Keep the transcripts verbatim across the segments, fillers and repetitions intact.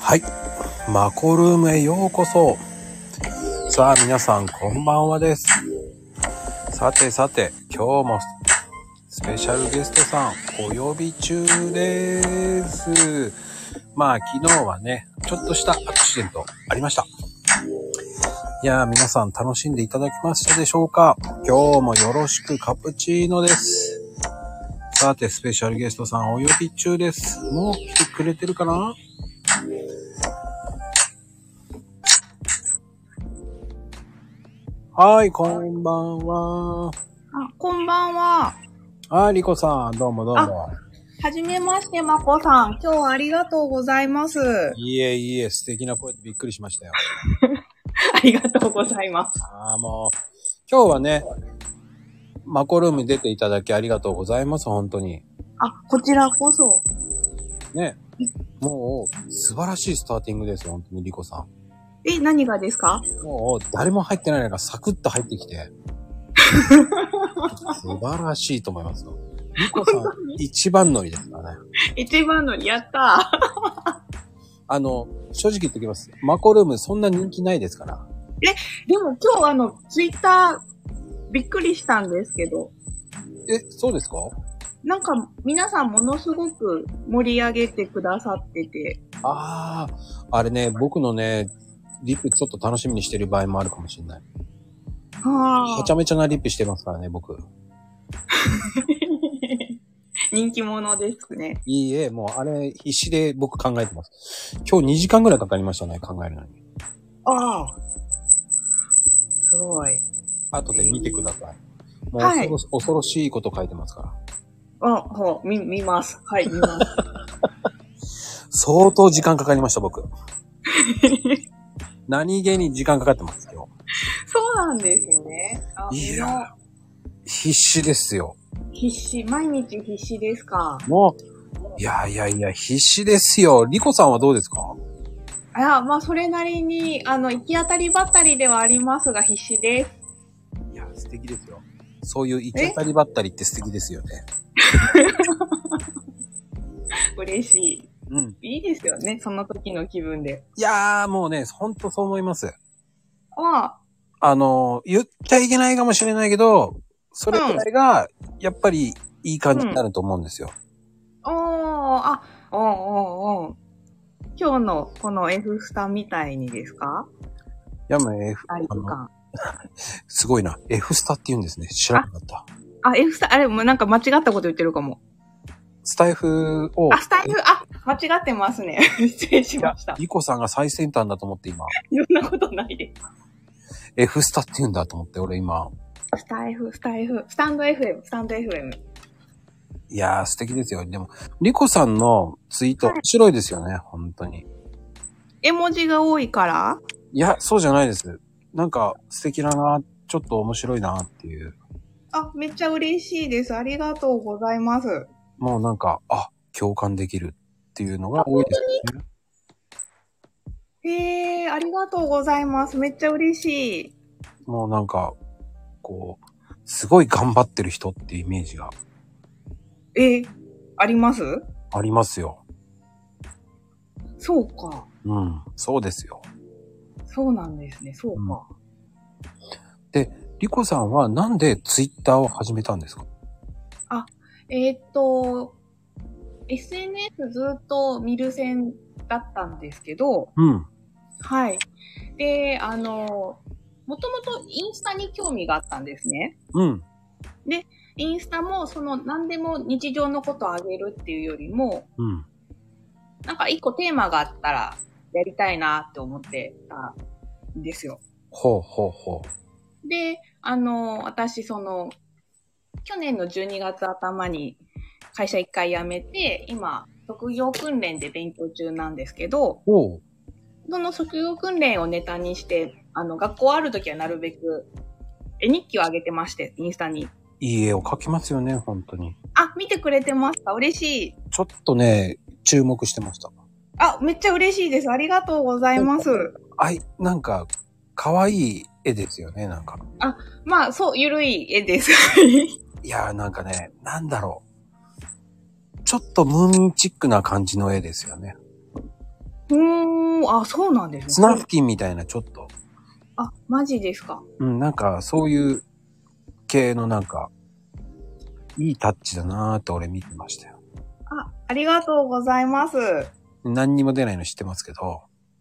はい。マコルームへようこそ。さあ皆さんこんばんはです。さてさて、今日もスペシャルゲストさんお呼び中です。まあ昨日はね、ちょっとしたアクシデントありました。いやー皆さん楽しんでいただきましたでしょうか。今日もよろしくカプチーノです。さてスペシャルゲストさんお呼び中です。もう来てくれてるかな。はい、こんばんは。 あ、こんばんは。 はい、リコさん、どうもどうも。 はじめまして、まこさん。今日はありがとうございます。 いえいえ、素敵な声でびっくりしましたよ。 ありがとうございます。 ああ、もう、今日はね、マコルームに出ていただきありがとうございます、本当に。 あ、こちらこそ。 ね、もう、素晴らしいスターティングですよ、本当にリコさん。 え、何がですか？ もう、誰も入ってないのがサクッと入ってきて。素晴らしいと思いますよ。リコさん、一番乗りですからね。 一番乗り、やったー。 あの、正直言っておきます。マコルームそんな人気ないですから。 え、でも今日あの、ツイッター、びっくりしたんですけど。 え、そうですか？ なんか、皆さんものすごく盛り上げてくださってて。 ああ、あれね、僕のね、リップちょっと楽しみにしてる場合もあるかもしれない。 ははちゃめちゃなリップしてますからね、僕。 人気者ですね。 いいえ、もうあれ必死で僕考えてます。今日にじかんぐらいかかりましたね、考えるのに。 ああ。すごい。 後で見てください。もう恐ろ、 はい、 恐ろしいこと書いてますから。 あ、ほう、見、見ます。はい、見ます。 相当時間かかりました、僕。何気に時間かかってます、今日。 そうなんですね。あ、 いや、必死ですよ。 必死、毎日必死ですか？ もう、いやいやいや、必死ですよ。リコさんはどうですか？ いや、まあ、それなりに、あの、行き当たりばったりではありますが、必死です。 いや、素敵ですよ。そういう行き当たりばったりって素敵ですよね。 嬉しい。 うん。 いいですよね、その時の気分で。 いやー、もうね、ほんとそう思います。 ああ。 あの、言っちゃいけないかもしれないけど、それくらいが、やっぱりいい感じになると思うんですよ。 うん、おー、あ、おーおーおー。今日のこの F スタみたいにですか？ いや、もう F、 あのすごいな。F スタって言うんですね。知らなかった。 あ、F スタ、あれ、もうなんか間違ったこと言ってるかも。 スタイフを。 あ、スタイフ、あ、間違ってますね。失礼しました。 リコさんが最先端だと思って今。 そんなことないです。 F スタって言うんだと思って、俺今。 スタイフ、スタイフ、スタンド エフエム、スタンド エフエム。 いやー、素敵ですよ。でも、リコさんのツイート、面白いですよね、本当に。 絵文字が多いから？ いや、そうじゃないです。なんか、素敵だな、ちょっと面白いなっていう。 あ、めっちゃ嬉しいです。ありがとうございます。 もうなんか、あ、共感できるっていうのが多いですね。 へー、ありがとうございます。めっちゃ嬉しい。 もうなんか、こう、すごい頑張ってる人っていうイメージが。 え、あります？ ありますよ。 そうか。 うん、そうですよ。 そうなんですね、そうか。 うん、で、リコさんはなんでツイッターを始めたんですか？ あ、えー、っと、エスエヌエス ずっと見る線だったんですけど、 うん。 はい。で、あの、もともとインスタに興味があったんですね。 うん。 で、インスタもその何でも日常のことをあげるっていうよりも、 うん。 なんか一個テーマがあったらやりたいなって思ってたんですよ。 ほうほうほう。で、あの、私その、去年のじゅうにがつ頭に会社一回辞めて、今、職業訓練で勉強中なんですけど、 ほう。 その職業訓練をネタにして、あの、学校あるときはなるべく絵日記を上げてまして、インスタに。 いい絵を描きますよね、本当に。 あ、見てくれてますか？嬉しい。 ちょっとね、注目してました。 あ、めっちゃ嬉しいです。ありがとうございます。 あい、なんか、可愛い絵ですよね、なんか。 あ、まあ、そう、ゆるい絵です。 いやーなんかね、なんだろう。ちょっとムーミンチックな感じの絵ですよね。 うーおー、あ、そうなんですね。 スナフキンみたいなちょっと。 あ、マジですか。 うん、なんかそういう系のなんか、いいタッチだなーって俺見てましたよ。 あ、ありがとうございます。 何にも出ないの知ってますけど。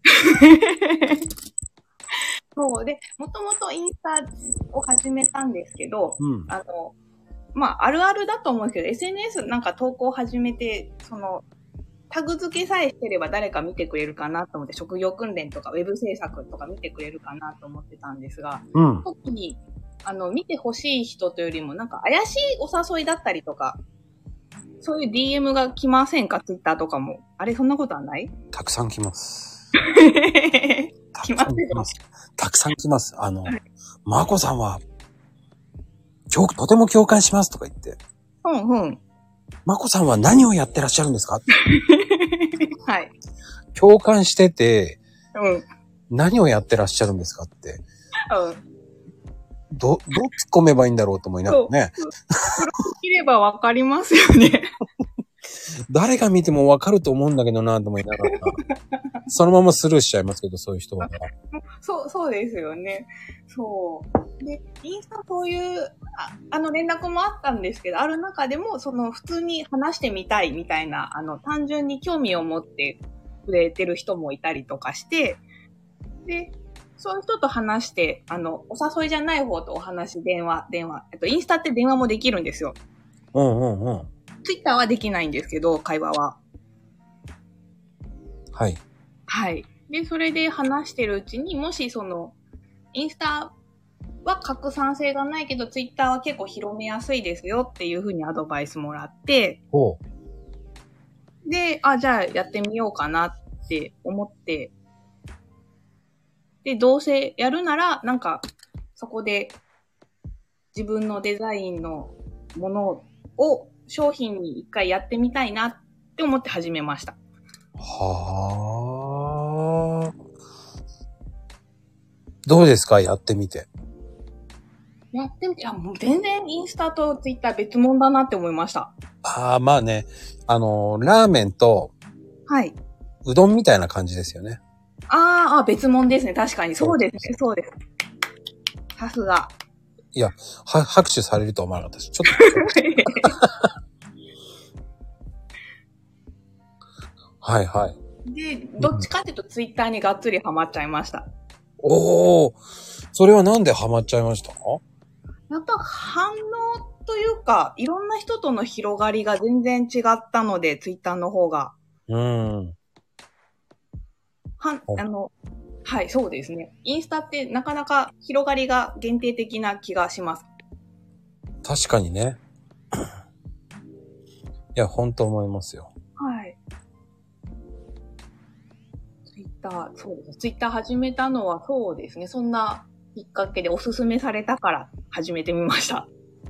そうで、もともとインスタを始めたんですけど、 うん。 あの、まあ、あるあるだと思うんですけど、エスエヌエス なんか投稿を始めて、その、タグ付けさえしてれば誰か見てくれるかなと思って、職業訓練とかウェブ制作とか見てくれるかなと思ってたんですが、 うん。 特に、あの、見てほしい人というよりも、なんか怪しいお誘いだったりとか、そういう ディーエム が来ませんか？ Twitter とかも。あれ、そんなことはない？ たくさん来ます。 来ますよ。 来ます。たくさん来ます。あの、まこさんは、今日とても共感しますとか言って。 うんうん。 まこさんは何をやってらっしゃるんですか？ はい。 共感してて、 うん。 何をやってらっしゃるんですかって。 うん。 ど、どう突っ込めばいいんだろうと思いながらね。 そう。プロ見ればわかりますよね。 誰が見てもわかると思うんだけどなと思いながら、そのままスルーしちゃいますけど、そういう人は。 そう、そうですよね。そう。で、インスタそういう、あ, あの連絡もあったんですけど、ある中でも、その普通に話してみたいみたいな、あの、単純に興味を持ってくれてる人もいたりとかして、で、そういう人と話して、あの、お誘いじゃない方とお話、電話、電話。えっと、インスタって電話もできるんですよ。 うんうんうん。 ツイッターはできないんですけど、会話は。 はい。 はい。で、それで話してるうちに、もしその、インスタは拡散性がないけど、ツイッターは結構広めやすいですよっていうふうにアドバイスもらって、 ほう。で、あ、じゃあやってみようかなって思って、で、どうせやるなら、なんか、そこで自分のデザインのものを商品に一回やってみたいなって思って始めました。 はあ。どうですか？やってみて。 やってみて、いやもう全然インスタとツイッター別物だなって思いました。 ああ、まあね。あの、ラーメンと、 はい。 うどんみたいな感じですよね。 あーあ、別物ですね。確かに。そうですね。そうです。さすが。 いや、は、拍手されるとは思わなかったです。ちょっと。はいはい。 で、どっちかっていうとツイッターにがっつりハマっちゃいました。 おー、それはなんでハマっちゃいました？ やっぱ反応というか、いろんな人との広がりが全然違ったので、ツイッターの方が。 うん。 はん、あの、はい、そうですね。インスタってなかなか広がりが限定的な気がします。 確かにね。いや、ほんと思いますよ。 はい。ツイッター、そうです。ツイッター始めたのはそうですね。そんなきっかけでおすすめされたから始めてみました。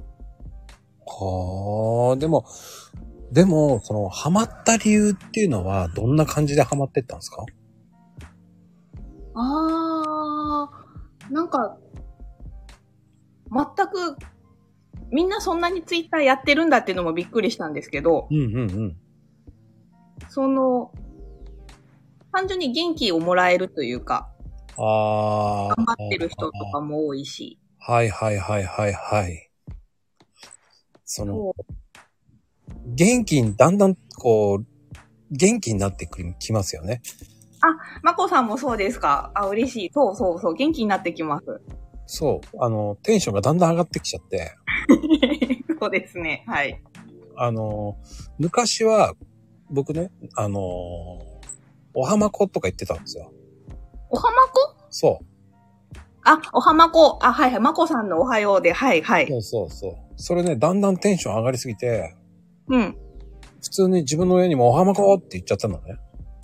はあ、でも、でも、その、ハマった理由っていうのは、どんな感じでハマってったんですか？ あー、なんか、全く、みんなそんなにツイッターやってるんだっていうのもびっくりしたんですけど、 うんうんうん。 その、単純に元気をもらえるというか、 ああ。 頑張ってる人とかも多いし。 はいはいはいはいはい。その、元気に、だんだん、こう、元気になってくる、きますよね。 あ、まこさんもそうですか。あ、嬉しい。そうそうそう。元気になってきます。 そう。あの、テンションがだんだん上がってきちゃって。 そうですね。はい。 あの、昔は、僕ね、あの、おはまことか言ってたんですよ。 おはまこ？ そう。 あ、おはまこ。あ、はいはい。まこさんのおはようで。はいはい。 そうそうそう。それね、だんだんテンション上がりすぎて、 うん。 普通に自分の親にもおはまこって言っちゃったのね。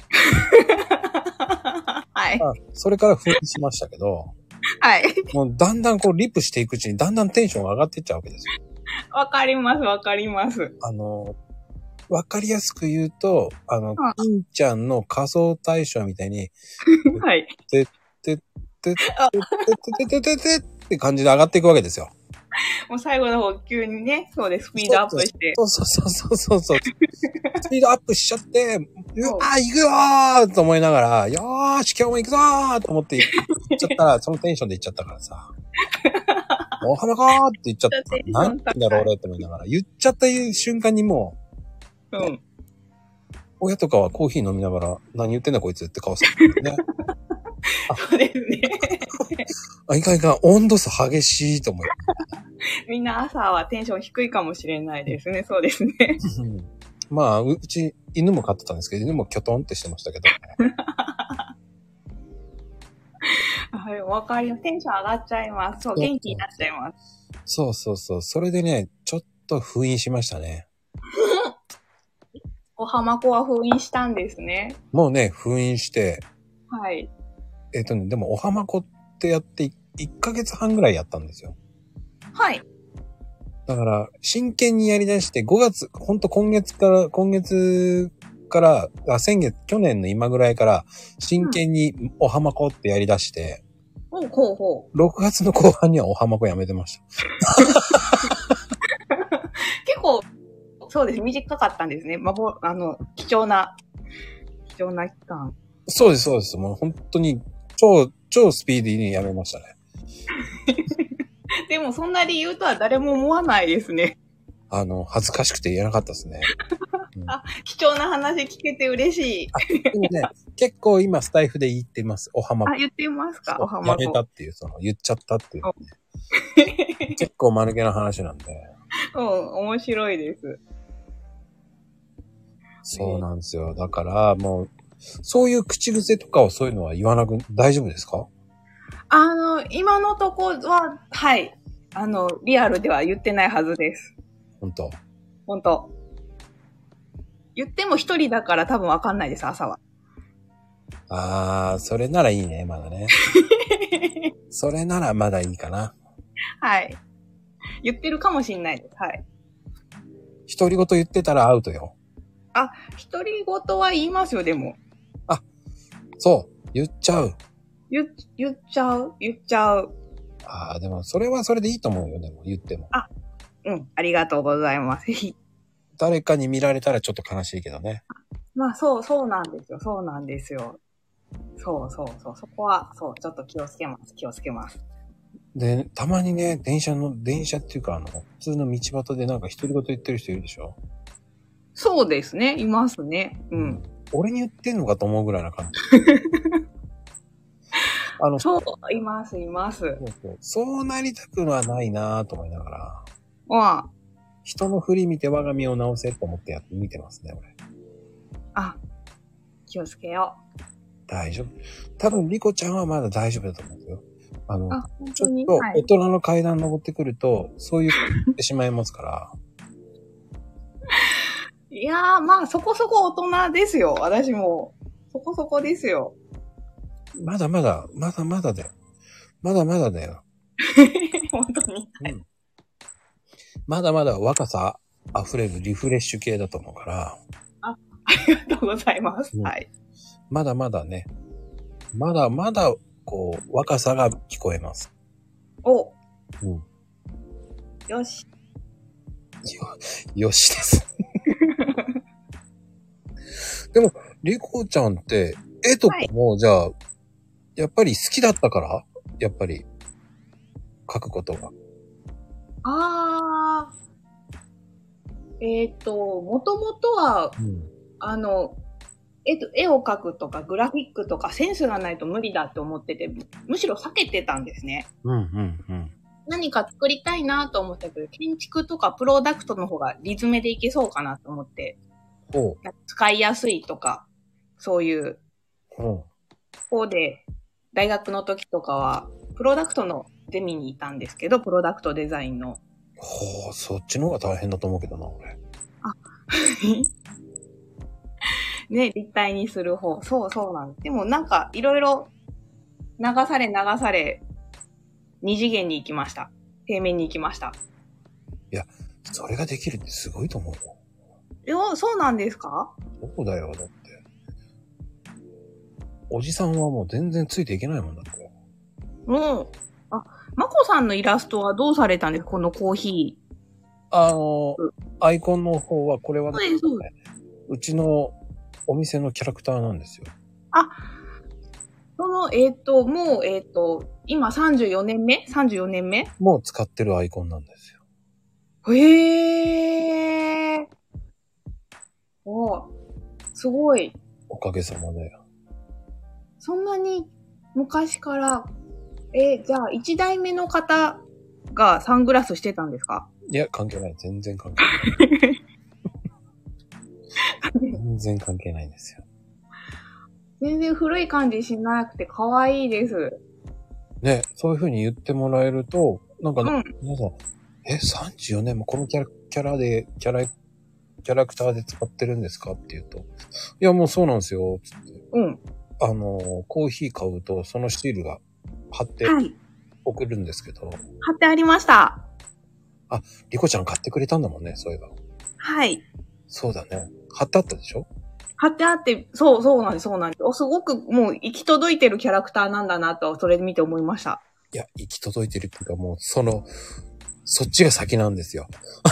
はい。 あ、それから封印しましたけど、 はい。 もうだんだんこうリップしていくうちにだんだんテンションが上がっていっちゃうわけですよ。 わかります、わかります。 あの、わかりやすく言うと、あの、 うん、 金ちゃんの仮想大賞みたいに、 はい。 てってってってってってってってって感じで上がっていくわけですよ。 もう最後の方急にね、そうです、スピードアップして。 そうそうそうそうそう。スピードアップしちゃって、 うわー行くよーと思いながら、よーし今日も行くぞーと思って行っちゃったら、そのテンションで行っちゃったからさ。お浜かーって言っちゃった。何言ってんだろう俺と思いながら。言っちゃった瞬間にもう、うん。 親とかはコーヒー飲みながら、何言ってんだこいつって顔するんだよね。 そうですね。 あ、いかんいかん、温度差激しいと思う。 みんな朝はテンション低いかもしれないですね。そうですね。 まあ、うち犬も飼ってたんですけど、犬もキョトンってしてましたけど。 はい、わかります。テンション上がっちゃいます。そう、元気になっちゃいます。 そうそうそう。それでね、ちょっと封印しましたね。 お浜子は封印したんですね。 もうね、封印して。 はい。 えっとね、でもお浜子ってやっていっかげつはんぐらいやったんですよ。 はい。 だから、真剣にやり出してごがつ、ほんと今月から、今月から、あ、先月、去年の今ぐらいから、真剣にお浜子ってやり出して、 うん、ほうほう。 ろくがつの後半にはお浜子やめてました。 結構、そうです。短かったんですね。まぼ、あの、貴重な、貴重な期間。 そうです、そうです。もう本当に、超、超スピーディーにやめましたね。 でも、そんな理由とは誰も思わないですね。 あの、恥ずかしくて言えなかったですね。 うん、あ、貴重な話聞けて嬉しい。 でもね、結構今スタイフで言ってます。お浜子。 あ、言ってますか？お浜子。 やめたっていう、その、言っちゃったっていう、ね。結構間抜けな話なんで。 うん、面白いです。 そうなんですよ。だから、もう、そういう口癖とかをそういうのは言わなく、大丈夫ですか？ あの、今のとこは、はい。あの、リアルでは言ってないはずです。 本当。 本当。言っても一人だから多分わかんないです、朝は。 あー、それならいいね、まだね。それならまだいいかな。 はい。言ってるかもしんないです。はい。 独り言言ってたらアウトよ。 あ、独り言は言いますよ、でも。 あ、そう、言っちゃう。 言、言っちゃう言っちゃう。 あー、でもそれはそれでいいと思うよ、でも言っても。 あ、うん、ありがとうございます。 誰かに見られたらちょっと悲しいけどね。 まあ、そう、そうなんですよ。そうなんですよ。そうそうそう。そこは、そう、ちょっと気をつけます。気をつけます。 で、たまにね、電車の、電車っていうか、あの、普通の道端でなんか独り言言ってる人いるでしょ？ そうですね。いますね。うん。 俺に言ってんのかと思うぐらいな感じ。あの、 そう、います、います。そうそう、そうなりたくはないなぁと思いながら。 まあ。 人の振り見て我が身を直せと思ってやって見てますね、俺。 あ、気をつけよう。 大丈夫。多分、リコちゃんはまだ大丈夫だと思うんですよ。あの、 あ、本ちょっ当にと大人の階段登ってくると、はい、そういうこと言ってしまいますから。 いやー、まあ、そこそこ大人ですよ。私も。そこそこですよ。 まだまだ、まだまだだよ。まだまだだよ。 本当に、はい、 うん。まだまだ若さ溢れるリフレッシュ系だと思うから。 あ、ありがとうございます。うん、はい。 まだまだね。まだまだ、こう、若さが聞こえます。 お。 うん。 よし。 よ、よしです。でも、リコちゃんって、絵とかも、はい、じゃあ、やっぱり好きだったからやっぱり、描くことが。 あー。えっと、もともとは、うん、あの、絵, 絵を描くとかグラフィックとかセンスがないと無理だって思ってて、むしろ避けてたんですね。 うんうんうん。 何か作りたいなと思ったけど、建築とかプロダクトの方がリズムでいけそうかなと思って。 ほう。 使いやすいとか、そういう。 ほう。 こうで、大学の時とかは、プロダクトのゼミにいたんですけど、プロダクトデザインの。 ほう、そっちの方が大変だと思うけどな、俺。 あ、ね、立体にする方。そうそうなんです。でもなんか、いろいろ、流され流され、二次元に行きました。平面に行きました。 いや、それができるってすごいと思うよ。 いや、そうなんですか？ そうだよ、だって。おじさんはもう全然ついていけないもんだって。 うん。あ、まこさんのイラストはどうされたんですか？このコーヒー。 あの、うん、アイコンの方は、これは、ね、 そうです、そうです。 うちのお店のキャラクターなんですよ。 あ、その、えっ、ー、と、もう、えっ、ー、と、今さんじゅうよねんめ ?さんじゅうよねんめもう使ってるアイコンなんですよ。 へー。おすごい。 おかげさまで。 そんなに昔から、え、じゃあ一代目の方がサングラスしてたんですか？ いや、関係ない。全然関係ない。全然関係ないんですよ。 全然古い感じしなくて可愛いです。 ね、そういう風に言ってもらえると、なんか、ね、 うん、 皆さん、え、さんじゅうよねんもこのキャラ、キャラで、キャラ、キャラクターで使ってるんですかって言うと、いや、もうそうなんですよ、つって。 うん。 あの、コーヒー買うと、そのシールが貼って送るんですけど。はい、 貼ってありました。 あ、リコちゃん買ってくれたんだもんね、そういえば。 はい。 そうだね。貼ってあったでしょ？ 貼ってあって、そう、そうなんです、そうなんです。すごくもう行き届いてるキャラクターなんだなと、それ見て思いました。 いや、行き届いてるっていうかもう、その、そっちが先なんですよ。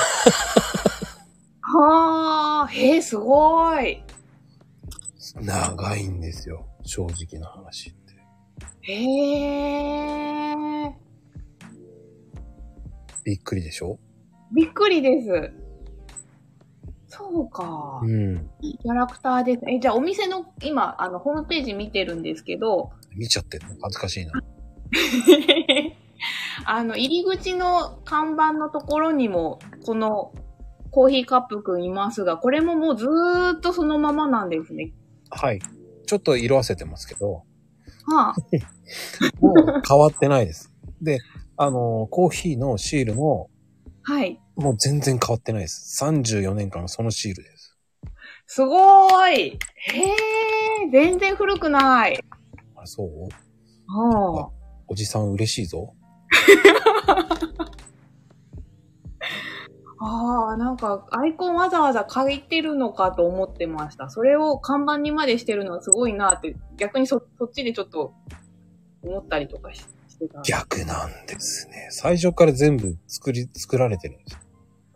はあ、へえ、すごい。 長いんですよ、正直な話って。 へえ。 びっくりでしょ？ びっくりです。そうか。 うん。 キャラクターです。え、じゃあお店の、今、あの、ホームページ見てるんですけど。 見ちゃってるの恥ずかしいな。 あの、入り口の看板のところにも、この、コーヒーカップくんいますが、これももうずーっとそのままなんですね。 はい。ちょっと色あせてますけど。 はあ。 もう変わってないです。で、あの、コーヒーのシールも、 はい。 もう全然変わってないです。さんじゅうよねんかんそのシールです。 すごーい。へー、全然古くない。 あ、そう？ はあ。 おじさん嬉しいぞ。 ああ、なんか、アイコンわざわざ書いてるのかと思ってました。それを看板にまでしてるのはすごいなって、逆にそ、そっちでちょっと思ったりとかししてた。 逆なんですね。最初から全部作り、作られてるんです。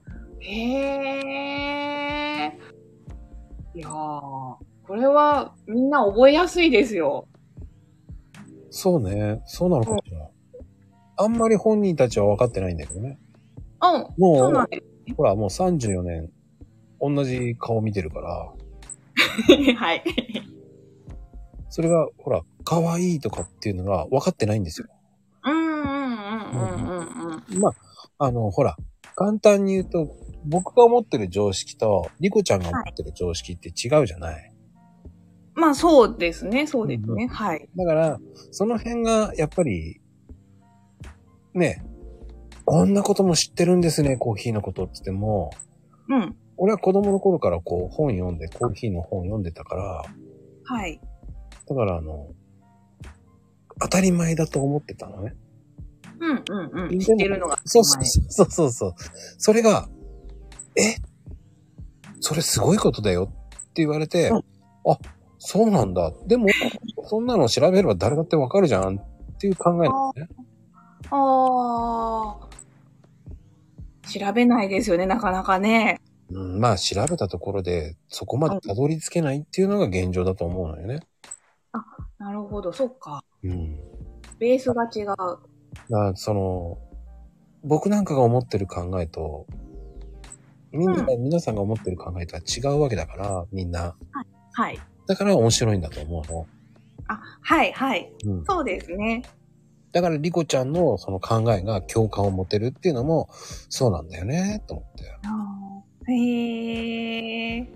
へー。いやー、これはみんな覚えやすいですよ。 そうね。そうなのかもしれない。あんまり本人たちは分かってないんだけどね。 うん、 もう、 そうなんです。 ほら、もうさんじゅうよねん、同じ顔見てるから。 はい。 それが、ほら、可愛いとかっていうのが分かってないんですよ。 うんうんうんうんうんうん。 まあ、あの、ほら、簡単に言うと、僕が思ってる常識と、リコちゃんが思ってる常識って違うじゃない。 まあそうですね、そうですね、 うんうん、 はい。 だから、その辺が、やっぱり、ね、こんなことも知ってるんですね、コーヒーのことって言っても、 うん。 俺は子供の頃からこう本読んで、コーヒーの本読んでたから、 はい。 だからあの、当たり前だと思ってたのね。 うんうんうん。知ってるのが。 そうそうそうそうそう。それが、えそれすごいことだよって言われて、うん、あ、そうなんだ。でも、そんなの調べれば誰だってわかるじゃんっていう考えなんですね。 ああ。調べないですよね、なかなかね。 うん、まあ調べたところで、そこまでたどり着けないっていうのが現状だと思うのよね。 あ、なるほど、そっか。 うん。 ベースが違う。だからその、僕なんかが思ってる考えと、みんな、うん、皆さんが思ってる考えとは違うわけだから、みんな。はい。 はい。 だから面白いんだと思うの。 あ、はいはい。うん、そうですね。 だからリコちゃんのその考えが共感を持てるっていうのも、そうなんだよね、と思って。 あー、へー。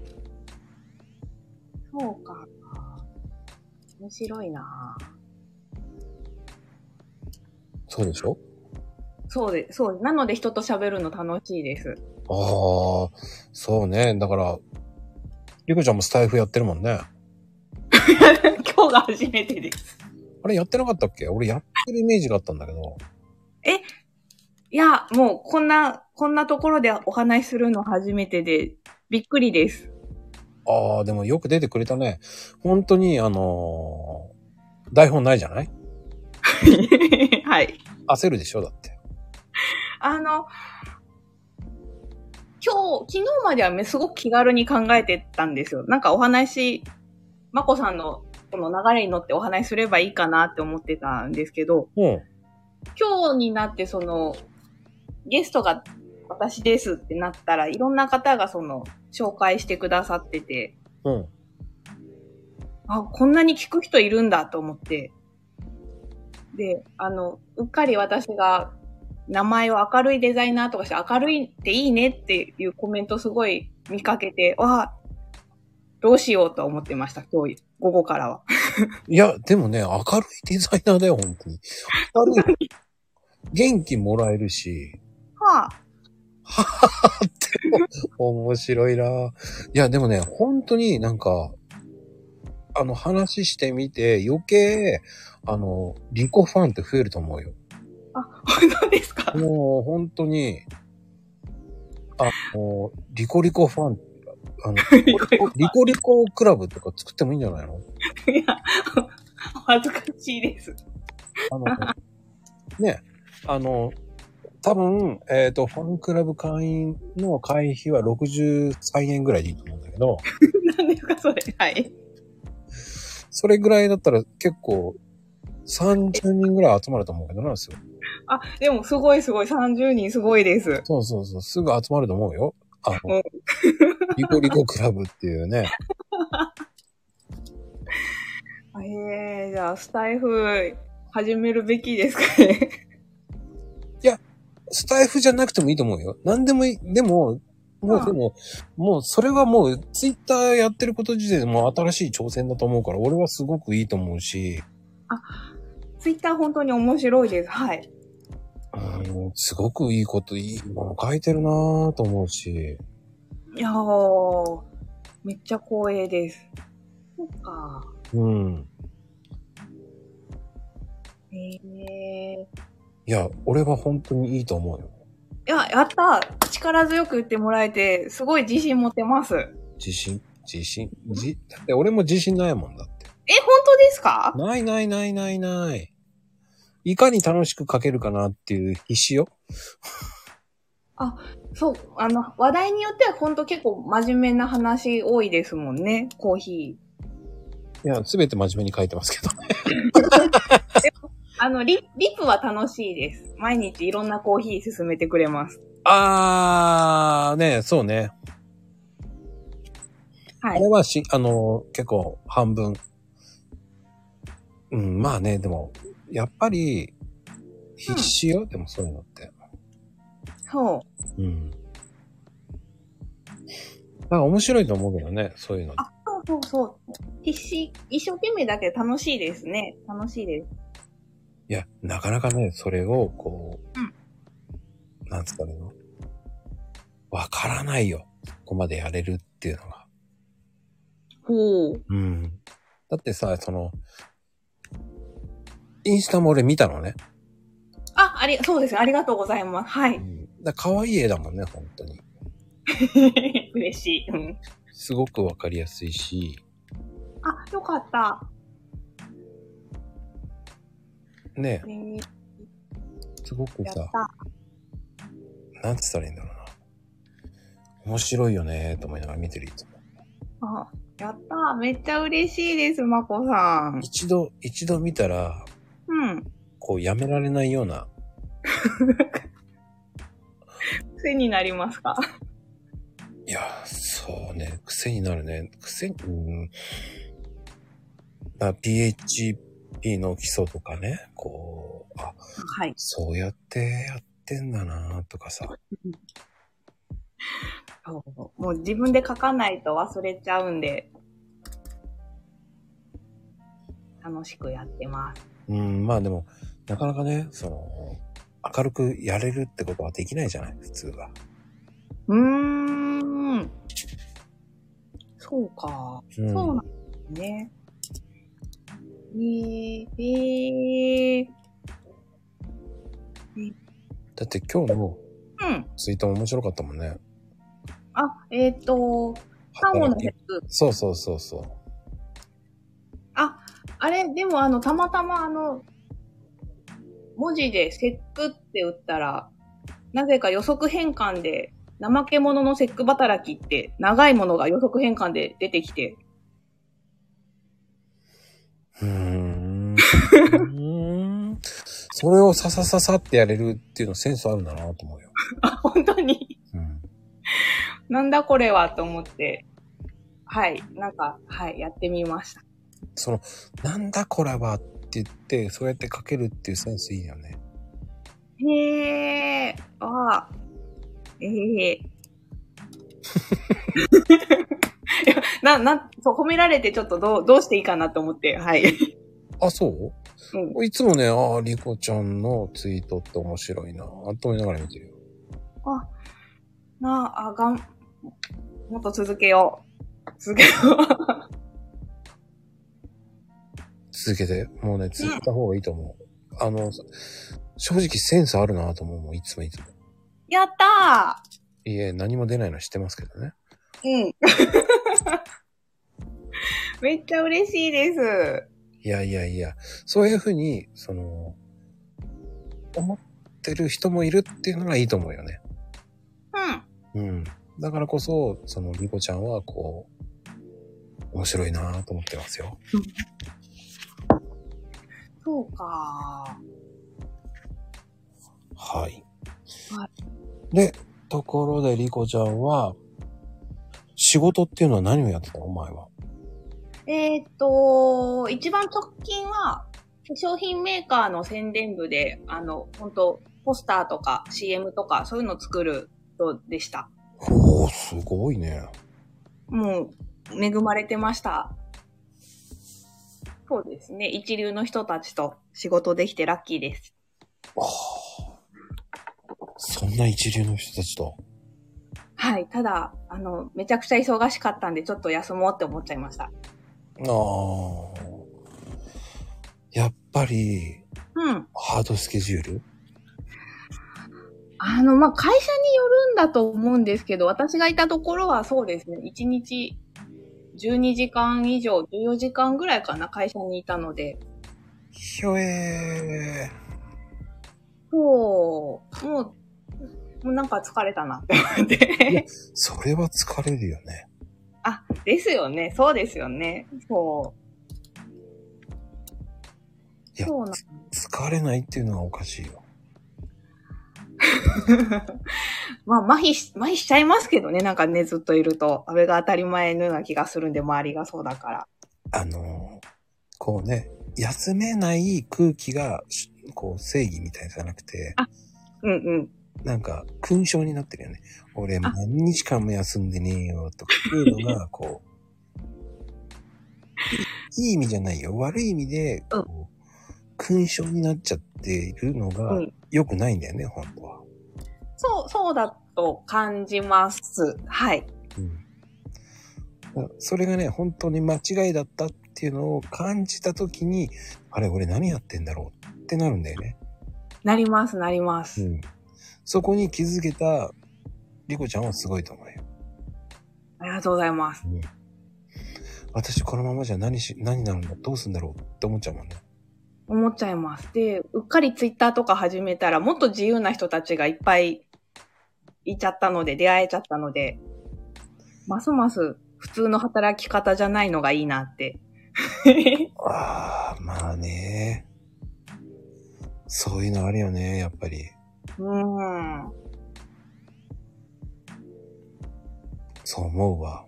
そうか。面白いな。 そうでしょ？ そうで、そう。なので人と喋るの楽しいです。 ああ、そうね。だから、リコちゃんもスタイフやってるもんね。 今日が初めてです。 あれやってなかったっけ？俺やってるイメージがあったんだけど。 え、いや、もうこんな、こんなところでお話しするの初めてで、びっくりです。 ああ、でもよく出てくれたね。本当に、あのー、台本ないじゃない？はい。焦るでしょだって。 あの、 今日、昨日まではすごく気軽に考えてたんですよ。なんかお話、まこさんのこの流れに乗ってお話しすればいいかなって思ってたんですけど、 うん。 今日になってその、ゲストが私ですってなったら、いろんな方がその、紹介してくださってて、 うん。 あ、こんなに聞く人いるんだと思って、で、あの、うっかり私が名前を明るいデザイナーとかして明るいっていいねっていうコメントすごい見かけて、わあ、どうしようと思ってました、今日、午後からは。 いや、でもね、明るいデザイナーだよ、本当に。明るい。元気もらえるし。 はあ。 はははって、面白いな。いや、でもね、本当になんか、あの、話してみて、余計、あの、リコファンって増えると思うよ。 あ、本当ですか？ もう、本当に、あの、リコリコファン、あの、リコリコ、リコリコクラブとか作ってもいいんじゃないの？ いや、恥ずかしいです。 あの、ね、あの、多分、えっと、ファンクラブ会員の会費はろくじゅうさんえんぐらいでいいと思うんだけど。 何ですか、それ。はい。 それぐらいだったら結構さんじゅうにんぐらい集まると思うけどなんですよ。 あ、でもすごいすごい、さんじゅうにんすごいです。 そうそうそう、すぐ集まると思うよ。あの、リコリコクラブっていうね。 えー、じゃあ、スタイフ始めるべきですかね。 いや、スタイフじゃなくてもいいと思うよ。なんでもいい。でも、もうでも、もうそれはもうツイッターやってること自体でもう新しい挑戦だと思うから、俺はすごくいいと思うし。 あ、ツイッター本当に面白いです。はい。 うん、すごくいいこと、いいもの書いてるなぁと思うし。 いやー、めっちゃ光栄です。そっか。 うん。 えー。 いや、俺は本当にいいと思うよ。 いや、やった力強く言ってもらえて、すごい自信持てます。 自信自信じ、だって俺も自信ないもんだって。 え、本当ですか？ ないないないないない。いかに楽しく書けるかなっていう必死よ。 あ、そう、あの、話題によっては本当結構真面目な話多いですもんね、コーヒー。 いや、すべて真面目に書いてますけどね。 あの、リ、リップは楽しいです。毎日いろんなコーヒー勧めてくれます。 あー、ね、そうね。 はい。 あれはし、あの、結構半分。うん、まあね、でも、やっぱり、必死よ、うん、でもそういうのって。 そう。 うん。なんか面白いと思うけどね、そういうの。 あ、そうそうそう。必死、一生懸命だけど楽しいですね。楽しいです。 いや、なかなかね、それを、こう、うん、なんつったらいいの？わからないよ。ここまでやれるっていうのが。 ほう。 うん。だってさ、その、インスタも俺見たのね。 あ、あり、そうです。ありがとうございます。はい。うん、 だ可愛い絵だもんね、本当に。 嬉しい。うん。 すごくわかりやすいし。 あ、よかった。 ねえ。えー、すごくさ、なんつったらいいんだろうな。面白いよねと思いながら見てるいつも。 あ、やったー。めっちゃ嬉しいです、まこさん。 一度、一度見たら、 うん。 こうやめられないような。 癖になりますか？ いや、そうね。癖になるね。癖、うん。ピーエイチピー の基礎とかね。こう、あ、はい。そうやってやってんだなとかさ。 そうもう自分で書かないと忘れちゃうんで、楽しくやってます。 うん、まあでも、なかなかね、その、明るくやれるってことはできないじゃない、普通は。 うーん。そうか。うん、そうなんですね。えー、えー、 だって今日のツイートも面白かったもんね。うん、 あ、えっ、ー、と、看護の節。 そうそうそうそう。 あ、あれ、でもあの、たまたまあの、文字で節句って打ったら、なぜか予測変換で怠け者の節句働きって長いものが予測変換で出てきて。 うーん。うーん。それをささささってやれるっていうのセンスあるんだなと思うよ。 あ、本当に。 うん。 なんだこれはと思って。はい。なんか、はい。やってみました。 その、なんだこれはって言って、そうやって書けるっていうセンスいいよね。 へえ。ああ。ええー。いや、な、な、そう、褒められてちょっとどう、どうしていいかなと思って、はい。 あ、そううん。 いつもね、ああ、リコちゃんのツイートって面白いなぁと思いながら見てるよ。 あ、なあ、あ、がん、もっと続けよう。続けよう。 続けて。もうね、続けた方がいいと思う。うん、あの、正直センスあるなぁと思う。もういつもいつも。 やったーいえ、何も出ないの知ってますけどね。 うん。めっちゃ嬉しいです。 いやいやいや、そういうふうに、その、思ってる人もいるっていうのがいいと思うよね。うん。うん。だからこそ、その、リコちゃんは、こう、面白いなぁと思ってますよ。 うん、そうか。 はい。 はい。 で、ところでリコちゃんは、仕事っていうのは何をやってたのお前は。 えー、っと、一番直近は、化粧品メーカーの宣伝部で、あの、本当ポスターとか シーエム とかそういうのを作る人でした。 おー、すごいね。 もう、恵まれてました。そうですね。一流の人たちと仕事できてラッキーです。 ああ。そんな一流の人たちと。 はい。ただ、あの、めちゃくちゃ忙しかったんで、ちょっと休もうって思っちゃいました。ああ。やっぱり、 うん。 ハードスケジュール？ あの、まあ、会社によるんだと思うんですけど、私がいたところはそうですね。いちにちじゅうにじかん以上、じゅうよじかんぐらいかな、会社にいたので。 ひょえー。そう。もう、もうなんか疲れたなって思って。 いや、それは疲れるよね。 あ、ですよね。そうですよね。そう。 いや、そうなん疲れないっていうのはおかしいよ。 まあ、麻痺し、麻痺しちゃいますけどね。なんかね、ずっといると。あれが当たり前のような気がするんで、周りがそうだから。 あの、こうね、休めない空気が、こう、正義みたいじゃなくて、 あ、うんうん。 なんか、勲章になってるよね。俺、何日間も休んでねえよ、とかいうのが、こうい、いい意味じゃないよ。悪い意味で、こう、うん、勲章になっちゃっているのが、良くないんだよね、うん、本当は。 そう、そうだと感じます。はい。 うん。それがね、本当に間違いだったっていうのを感じたときに、あれ、俺何やってんだろうってなるんだよね。 なります、なります。うん。 そこに気づけたリコちゃんはすごいと思うよ。 ありがとうございます。うん、 私このままじゃ何し、何になるんだ、どうすんだろうって思っちゃうもんね。 思っちゃいます。で、うっかりツイッターとか始めたらもっと自由な人たちがいっぱいいちゃったので、出会えちゃったので、ますます普通の働き方じゃないのがいいなって。 ああ、まあね。そういうのあるよね、やっぱり。うーん。そう思うわ。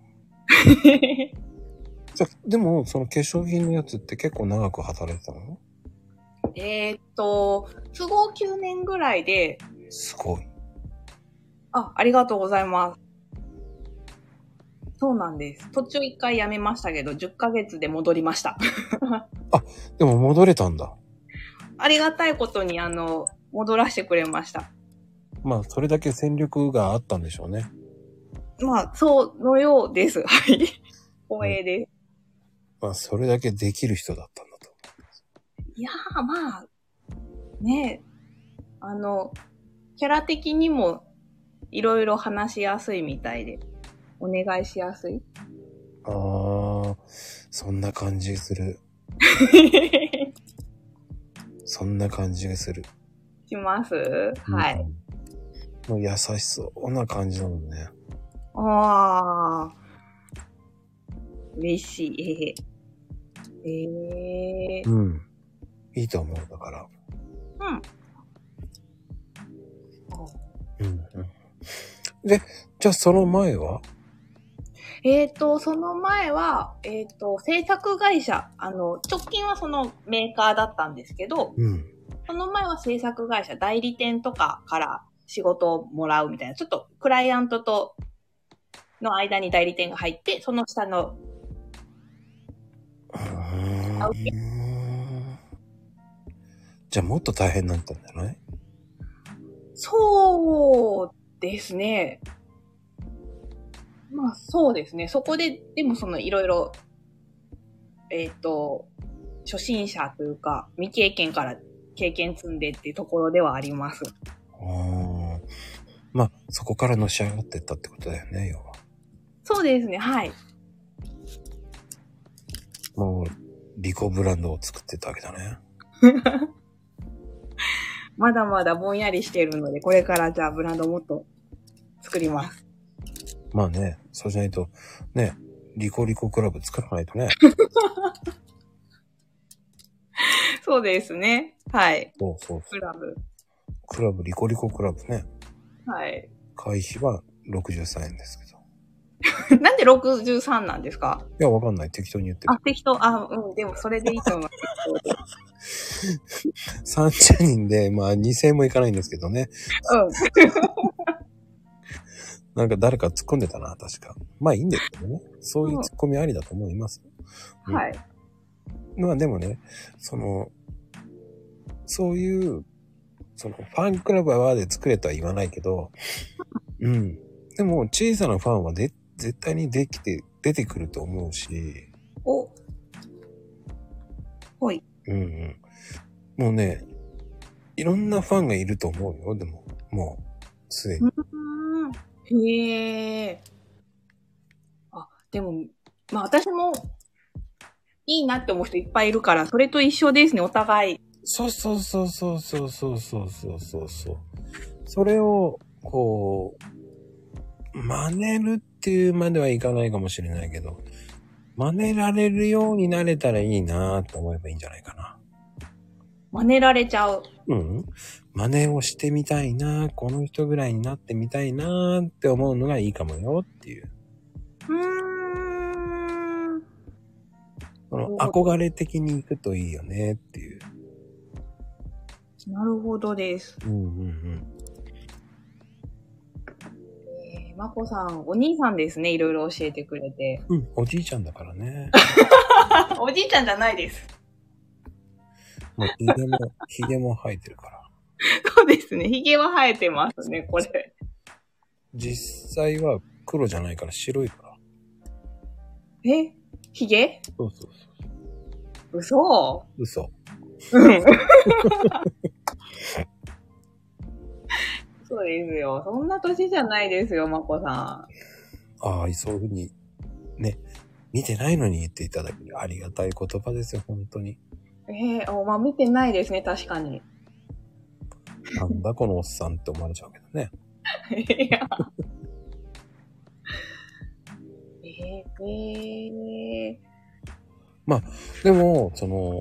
じゃ、でも、その化粧品のやつって結構長く働いてたの？ えーっと、都合きゅうねんぐらいで。 すごい。 あ、ありがとうございます。そうなんです。途中一回辞めましたけど、じゅっかげつで戻りました。 あ、でも戻れたんだ。 ありがたいことに、あの、戻らせてくれました。 まあ、それだけ戦力があったんでしょうね。 まあ、そうのようです。はい。光栄です。 うん、まあ、それだけできる人だったんだと。 いやー、まあ、ねえ、あの、キャラ的にもいろいろ話しやすいみたいで、お願いしやすい。 ああ、そんな感じがする。そんな感じがする。 します、うん、はい。 もう優しそうな感じなのね。 ああ。嬉しい。ええー。 うん。いいと思う、だから。 うん。 うんうん。で、じゃあその前はえっと、その前は、えっと、制作会社、あの、直近はそのメーカーだったんですけど、 うん。 その前は制作会社、代理店とかから仕事をもらうみたいな、ちょっとクライアントとの間に代理店が入って、その下の、 うーん。じゃあもっと大変になったんじゃない？ そうですね。まあそうですね。そこで、でもそのいろいろ、えっと、初心者というか、未経験から経験積んでっていうところではあります。 ああ。まあ、そこからのし上がってったってことだよね、要は。 そうですね、はい。 もう、リコブランドを作ってたわけだね。 まだまだぼんやりしているので、これからじゃあブランドをもっと作ります。 まあね、そうじゃないと、ね、リコリコクラブ作らないとね。 そうですね。はい。 そうそうそう。 クラブ。 クラブ、リコリコクラブね。 はい。 会費はろくじゅうさんえんですけど。 なんでろくじゅうさんなんですか？ いや、わかんない。適当に言ってる。 あ、適当。あ、うん。でもそれでいいと思います。 さんじゅうにんで、まあにせんえんもいかないんですけどね。 うん。 なんか誰か突っ込んでたな、確か。まあいいんですけどね。そういう突っ込みありだと思います。 うん、はい。 まあでもね、その、そういう、そのファンクラブはで作れとは言わないけど、うん。でも小さなファンはで絶対にできて、出てくると思うし。 お。ほい。 うんうん。もうね、いろんなファンがいると思うよ、でも。もう、すでに。 うーん。へえ。あ、でも、まあ私もいいなって思う人いっぱいいるから、それと一緒ですね、お互い。 そうそうそうそうそうそうそうそうそうそう。それを、こう、真似るっていうまではいかないかもしれないけど、真似られるようになれたらいいなと思えばいいんじゃないかな。 真似られちゃう。 うん。真似をしてみたいな、この人ぐらいになってみたいなって思うのがいいかもよっていう。 うーん。 この憧れ的に行くといいよねっていう。 なるほどです。 うんうんうん。 えー、まこさん、お兄さんですね。いろいろ教えてくれて。 うん、おじいちゃんだからね。 おじいちゃんじゃないです。 もうひげも、ひげも生えてるから。 そうですね。ひげは生えてますね、これ。 実際は黒じゃないから白いから。 え？ひげ？ そうそう嘘？ そう。嘘。 うん。そうですよ。そんな年じゃないですよ、まこさん。 ああ、そういうふうに、ね、見てないのに言っていただけるありがたい言葉ですよ、本当に。 えー、おまあ、見てないですね、確かに。 なんだこのおっさんって思われちゃうけどね。 いや。えー、えー、 まあ、でも、その、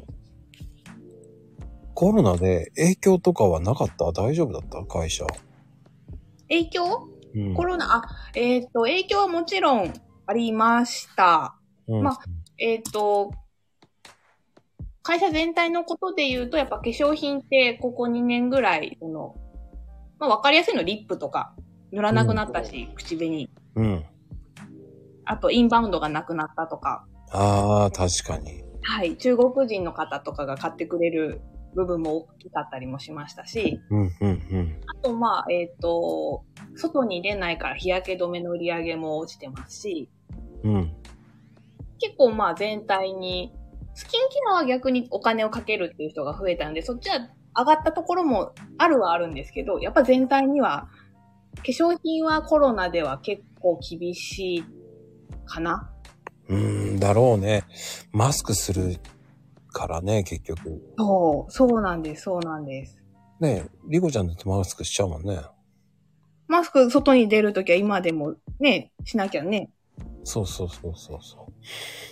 コロナで影響とかはなかった？大丈夫だった？会社。 影響？ うん、 コロナ、あ、えっ、ー、と、影響はもちろんありました。 うん、 まあ、えっ、ー、と、会社全体のことで言うと、やっぱ化粧品ってここにねんぐらい、その、まあわかりやすいのリップとか塗らなくなったし、うん、口紅。 うん。 あと、インバウンドがなくなったとか。 ああ、確かに。 はい。中国人の方とかが買ってくれる部分も大きかったりもしましたし。 うん、うん、うん。 あと、まあ、えっと、外に出ないから日焼け止めの売り上げも落ちてますし。 うん。 結構まあ全体に、スキンケアは逆にお金をかけるっていう人が増えたんで、そっちは上がったところもあるはあるんですけど、やっぱ全体には、化粧品はコロナでは結構厳しいかな。 うーん、だろうね。マスクするからね、結局。 そう、そうなんです、そうなんです。 ねえ、リコちゃんだってマスクしちゃうもんね。 マスク外に出るときは今でもね、しなきゃね。 そうそうそうそうそう。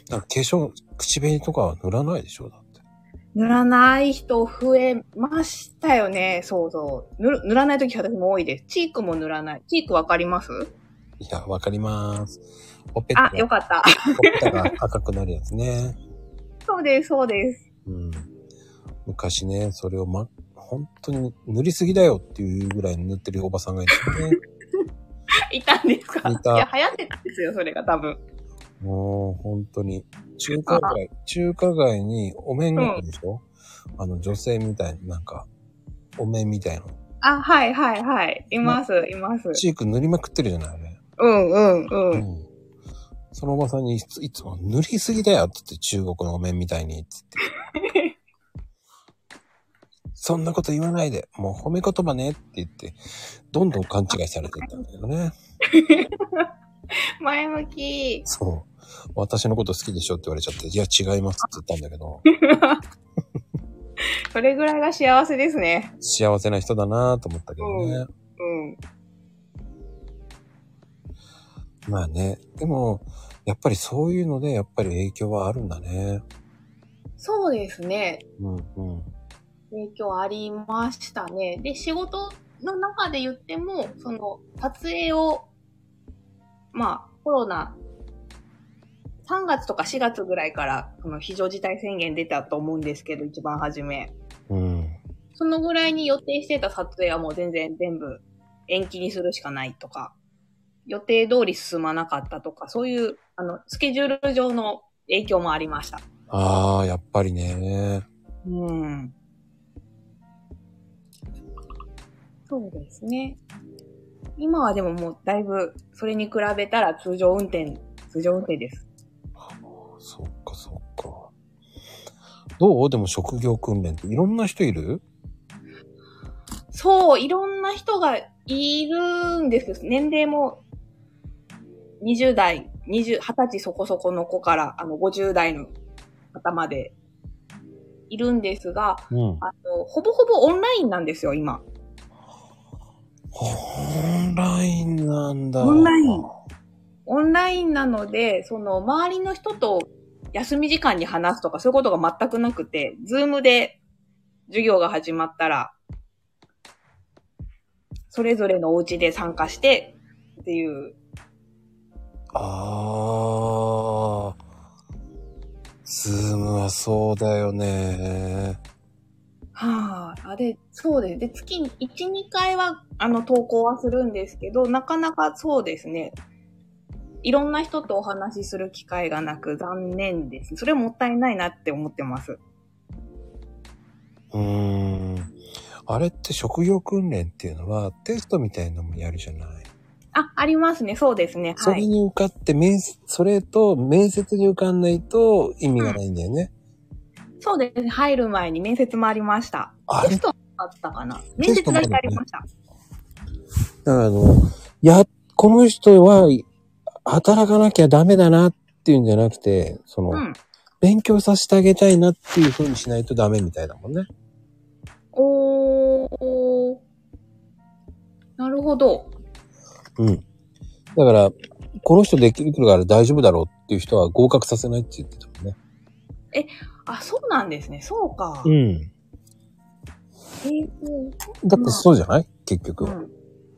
だから化粧、口紅とかは塗らないでしょだって。 塗らない人増えましたよね。そうそう。塗、塗らないとき私も多いです。チークも塗らない。チークわかります？ いや、わかります。ほっぺたが、 あ、よかった。 ほっぺたが赤くなるやつね。 そうです、そうです。 うん。昔ね、それをま、本当に塗りすぎだよっていうぐらい塗ってるおばさんがいたね。 いたんですか？ いた。 いや、流行ってたんですよ、それが多分。 もう、本当に。中華街、中華街にお面があるでしょ、うん、あの、女性みたいになんか、お面みたいな。 あ、はいはいはい。います、います。 チーク塗りまくってるじゃないあれ。 うんうんうん。うん、 そのおばさんにいつ、いつも塗りすぎだよって言って、中国のお面みたいに、つって。そんなこと言わないで、もう褒め言葉ねって言って、どんどん勘違いされていったんだけどね。 前向き。 そう。私のこと好きでしょって言われちゃって、いや違いますって言ったんだけど。 それぐらいが幸せですね。 幸せな人だなぁと思ったけどね。うん。うん、まあね。でも、やっぱりそういうので、やっぱり影響はあるんだね。 そうですね。 うんうん。 影響ありましたね。で、仕事の中で言っても、その、撮影を、まあ、コロナ、さんがつとかしがつぐらいから、その非常事態宣言出たと思うんですけど、一番初め。 うん。 そのぐらいに予定してた撮影はもう全然全部延期にするしかないとか、予定通り進まなかったとか、そういう、あの、スケジュール上の影響もありました。 ああ、やっぱりね。 うん。そうですね。今はでももうだいぶ、それに比べたら通常運転、通常運転です。 そっかそっか。どう？でも職業訓練っていろんな人いる？ そう、いろんな人がいるんですけど、年齢もにじゅう代、にじゅう、はたちそこそこの子から、あの、ごじゅう代の方までいるんですが、うん、あの、ほぼほぼオンラインなんですよ、今。 オンラインなんだ。 オンライン。オンラインなので、その、周りの人と休み時間に話すとかそういうことが全くなくて、ズームで授業が始まったら、それぞれのお家で参加してっていう。 ああ。ズームはそうだよね。 はあ、あれ、そうです。で、月にいち、にかいは、あの、投稿はするんですけど、なかなかそうですね。いろんな人とお話しする機会がなく残念です。それもったいないなって思ってます。 うーん。あれって職業訓練っていうのはテストみたいなのもやるじゃない？ あ、ありますね。そうですね。はい。 それに受かって面接、それと面接に受かんないと意味がないんだよね。 うん、そうですね。入る前に面接もありました。テストあったかな？面接だけありました。 だからあの、や、この人は働かなきゃダメだなっていうんじゃなくて、その、うん、勉強させてあげたいなっていう風にしないとダメみたいだもんね。 おー。なるほど。 うん。だから、この人できるから大丈夫だろうっていう人は合格させないって言ってたもんね。 え、あ、そうなんですね。そうか。 うん。えー、だってそうじゃない、まあ、結局は、うん。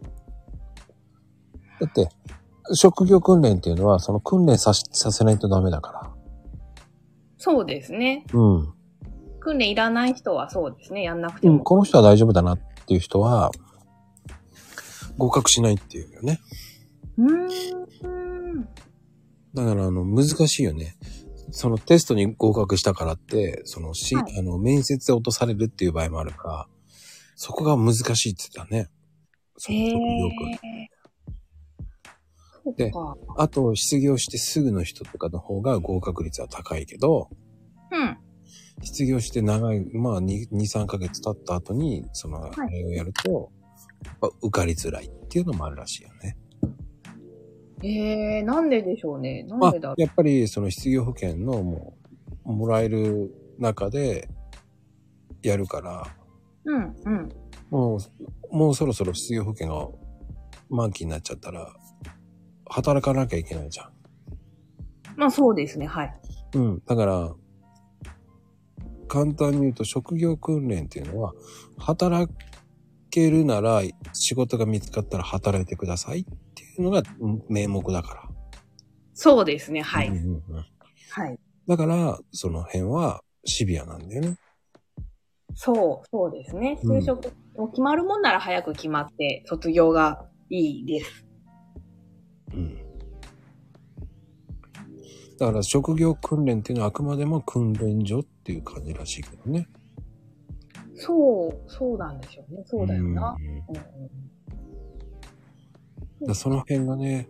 だって、職業訓練っていうのは、その訓練さし、させないとダメだから。 そうですね。 うん。 訓練いらない人はそうですね。やんなくても。 うん、この人は大丈夫だなっていう人は、合格しないっていうよね。 うーん。 だから、あの、難しいよね。そのテストに合格したからって、そのし、はい、あの、面接で落とされるっていう場合もあるから、そこが難しいって言ったね。その職業訓練。で、あと、失業してすぐの人とかの方が合格率は高いけど、 うん。 失業して長い、まあに、に、さんかげつ経った後に、その、あれをやると、やっぱ受かりづらいっていうのもあるらしいよね。 えー、なんででしょうね。なんでだろう。 やっぱり、その失業保険のもう、もらえる中で、やるから、 うん、うん。 もう、もうそろそろ失業保険が満期になっちゃったら、働かなきゃいけないじゃん。 まあそうですね、はい。 うん。だから、簡単に言うと職業訓練っていうのは、働けるなら仕事が見つかったら働いてくださいっていうのが名目だから。 そうですね、はい。 うんうんうん、 はい。 だから、その辺はシビアなんだよね。 そう、そうですね。就職、うん、決まるもんなら早く決まって卒業がいいです。 うん。だから職業訓練っていうのはあくまでも訓練所っていう感じらしいけどね。 そう、そうなんでしょうね。そうだよな。うんうん、だその辺がね、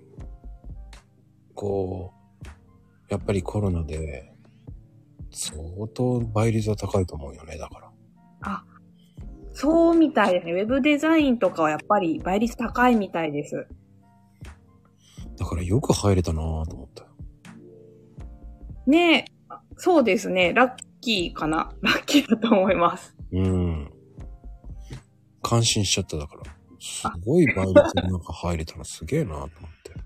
こう、やっぱりコロナで相当倍率は高いと思うよね、だから。 あ、そうみたいですね。ウェブデザインとかはやっぱり倍率高いみたいです。 だからよく入れたなぁと思った。 ねえ、そうですね。ラッキーかな。ラッキーだと思います。 うん。感心しちゃっただから。すごい倍率の中入れたのすげえなぁと思って。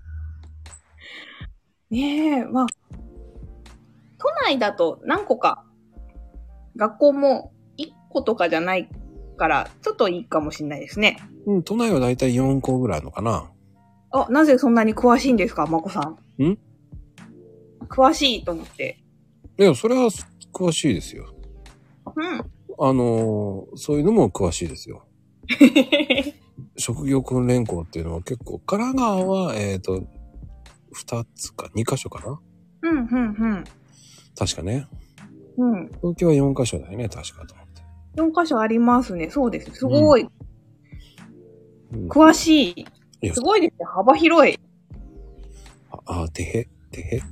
ねえ、まあ、都内だと何個か、学校もいっことかじゃないから、ちょっといいかもしれないですね。 うん、都内はだいたいよんこぐらいあるのかな。 あ、なぜそんなに詳しいんですか、まこさん。 ん？ 詳しいと思って。 いや、それは詳しいですよ。 うん。 あのー、そういうのも詳しいですよ。職業訓練校っていうのは結構、神奈川は、えっと、二つか、二箇所かな？ うん、うん、うん。確かね。 うん。 東京はよん箇所だよね、確かと思って。 よん箇所ありますね。そうです。すごい。うん、詳しい。すごいですね。幅広い。 あ、あ、てへ、てへ。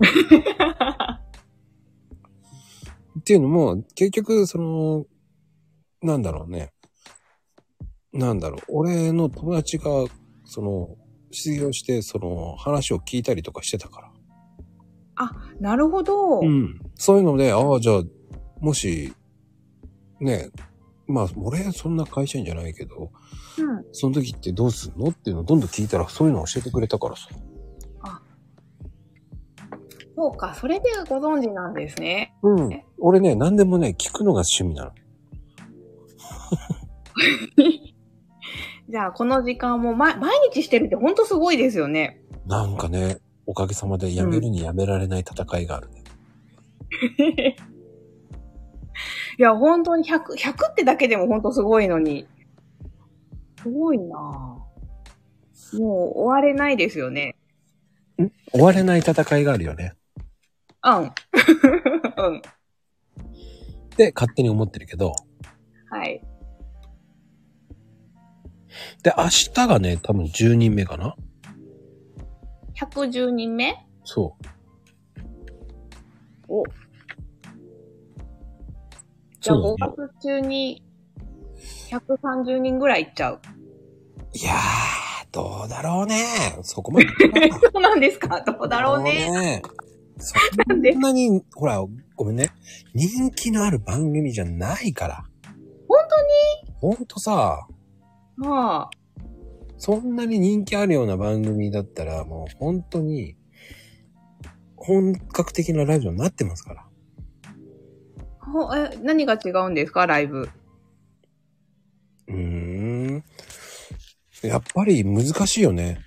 っていうのも、結局、その、なんだろうね。なんだろう。俺の友達が、その、失業して、その、話を聞いたりとかしてたから。 あ、なるほど。 うん。そういうので、ああ、じゃあ、もし、ね、まあ、俺、そんな会社員じゃないけど、うん、その時ってどうすんのっていうのをどんどん聞いたら、そういうのを教えてくれたからさ。 あ、そうか、それでご存知なんですね。 うん。俺ね、何でもね、聞くのが趣味なの。 じゃあ、この時間も、ま、毎日してるってほんとすごいですよね。 なんかね、おかげさまでやめるにやめられない戦いがあるね。 うん、いや、本当にひゃく、ひゃくってだけでも本当すごいのに。すごいなぁ。もう終われないですよね。 ん？終われない戦いがあるよね。 うん。うん。 って勝手に思ってるけど。 はい。 で、明日がね、多分じゅうにんめかな？ ひゃくじゅうにんめ？ そう。 お。じゃあごがつ中にひゃくさんじゅうにんぐらいいっちゃう。 いやー、どうだろうね。そこまで。 そうなんですか？どうだろうね。どうね。 そんなに、ほら、ごめんね。人気のある番組じゃないから。 本当に？ ほんとさ。 まあ。 そんなに人気あるような番組だったら、もう本当に、本格的なライブになってますから。 ほえ、何が違うんですか、ライブ？ うーん。やっぱり難しいよね。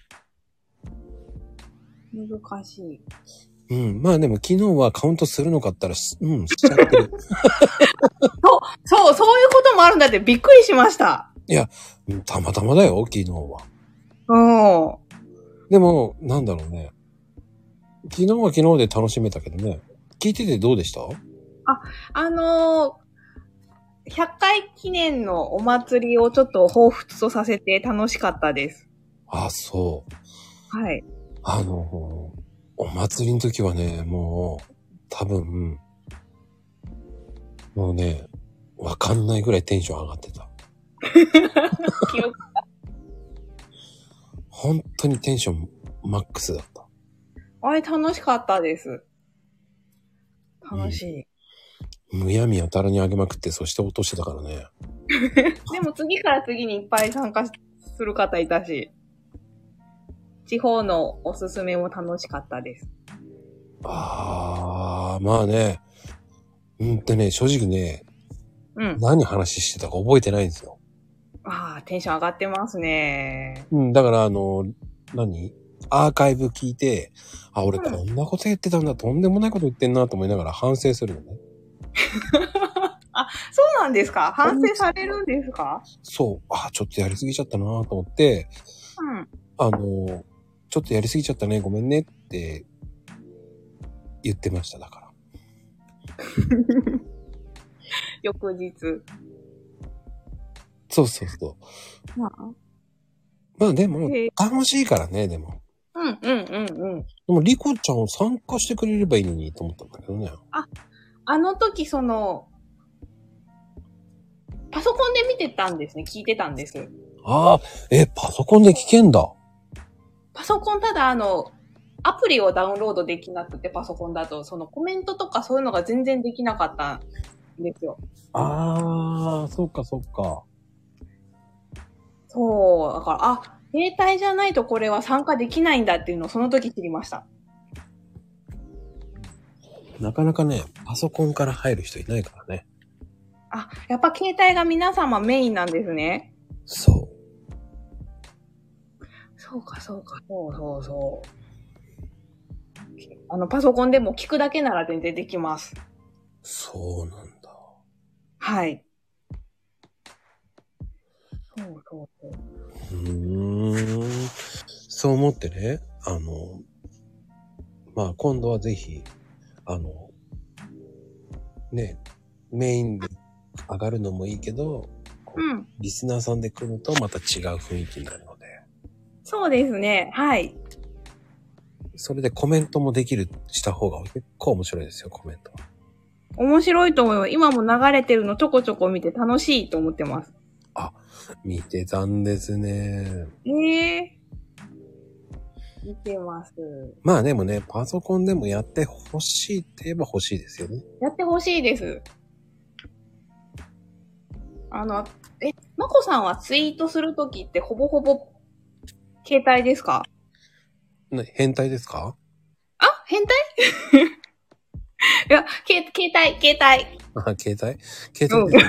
難しい。 うん。まあでも昨日はカウントするのかったら、うん、しちゃってる。そう、 そう、そういうこともあるんだってびっくりしました。 いや、たまたまだよ、昨日は。 うん。 でも、なんだろうね。昨日は昨日で楽しめたけどね。聞いててどうでした？ あ、あのー、ひゃっかい記念のお祭りをちょっと彷彿とさせて楽しかったです。 あ、そう。 はい。 あの、お祭りの時はね、もう、多分、もうね、わかんないぐらいテンション上がってた。記憶が本当にテンションマックスだった。 あれ楽しかったです。楽しい。 うん、むやみやたらに上げまくって、そして落としてたからね。 でも次から次にいっぱい参加する方いたし。 地方のおすすめも楽しかったです。 あー、まあね。うんとね、正直ね、 うん。 何話してたか覚えてないんですよ。 ああ、テンション上がってますね。 うん、だからあの、何アーカイブ聞いて、あ、俺うん、 こんなこと言ってたんだ、とんでもないこと言ってんなと思いながら反省するのね。 あ、そうなんですか？反省されるんですか？ そう、あ、ちょっとやりすぎちゃったなと思って、 うん。 あの、ちょっとやりすぎちゃったね、ごめんねって言ってました、だから。 翌日。 そうそうそう。 まあ。 まあでも、 へえ。 楽しいからね、でも。 うんうんうんうん。 でも、リコちゃんを参加してくれればいいのにと思ったんだけどね。 あ、あの時その、パソコンで見てたんですね。聞いてたんです。 ああ、え、パソコンで聞けんだ。 パソコンただあの、アプリをダウンロードできなくて、パソコンだと、そのコメントとかそういうのが全然できなかったんですよ。 ああ、そっかそっか。 そう、だから、あ、携帯じゃないとこれは参加できないんだっていうのをその時知りました。 なかなかね、パソコンから入る人いないからね。 あ、やっぱ携帯が皆様メインなんですね。 そう。 そうか、そうか、そうそうそう。あの、パソコンでも聞くだけなら全然できます。 そうなんだ。 はい。そうそうそう。 うーん。そう思ってね、あの、まあ今度はぜひ、あの、ね、メインで上がるのもいいけど、 うん。 リスナーさんで来るとまた違う雰囲気になるので。 そうですね。はい。 それでコメントもできる、した方が結構面白いですよ、コメントは。 面白いと思います。今も流れてるのちょこちょこ見て楽しいと思ってます。 あ、見てたんですね。 ええー、見てます。 まあでもね、パソコンでもやってほしいって言えば欲しいですよね。 やってほしいです。あの、え、まこさんはツイートするときってほぼほぼ携帯ですか？ ね、変態ですか？ あ、変態いや、け、携帯、携帯。 あ、携帯携うん。 帯です。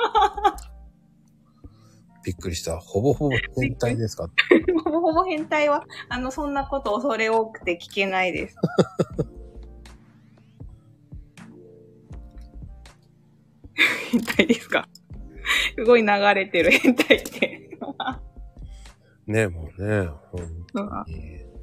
びっくりした。ほぼほぼ変態ですか？ ほぼほぼ変態は、あの、そんなこと恐れ多くて聞けないです。変態ですか？すごい流れてる変態って。 ねえ、もうね、ほんとに。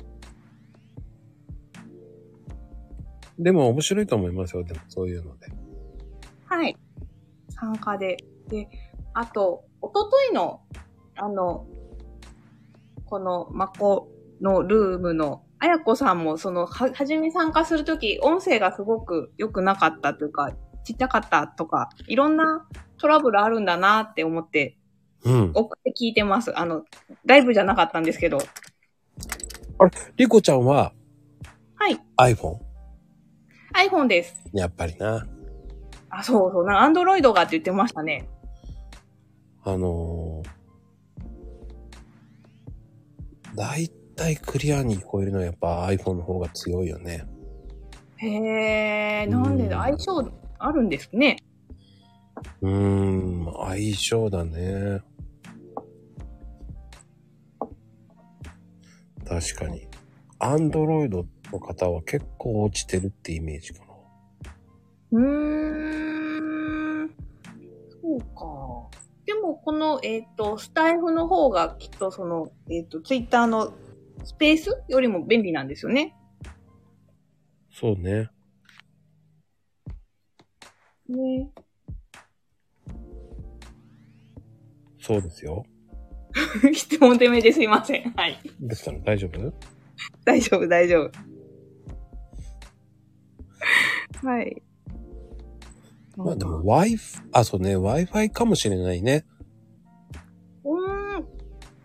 でも面白いと思いますよ、でもそういうので。 はい。参加で。で、あと、おとといの、あの、このマコのルームの、あやこさんもその、は、はじめ参加するとき、音声がすごく良くなかったというか、ちっちゃかったとか、いろんなトラブルあるんだなって思って、 うん。 送って聞いてます。あの、ライブじゃなかったんですけど。 あれ、リコちゃんははい。 iPhone？ iPhone です。 やっぱりな。 あ、そうそう。な、Android がって言ってましたね。 あのー、だいたいクリアに聞こえるのはやっぱ iPhone の方が強いよね。 へー、なんでだ、相性あるんですね。 うーん、相性だね。確かに。アンドロイドの方は結構落ちてるってイメージかな。 うーん。そうか。でも、この、えっと、スタイフの方がきっとその、えっと、ツイッターのスペースよりも便利なんですよね。 そうね。 ね。 そうですよ。 質問攻めですいません。はい。 どうしたの？大丈夫？ 大丈夫、大丈夫。はい。 まあでも Wi-Fi、あ、そうね、Wi-Fi かもしれないね。 うーん。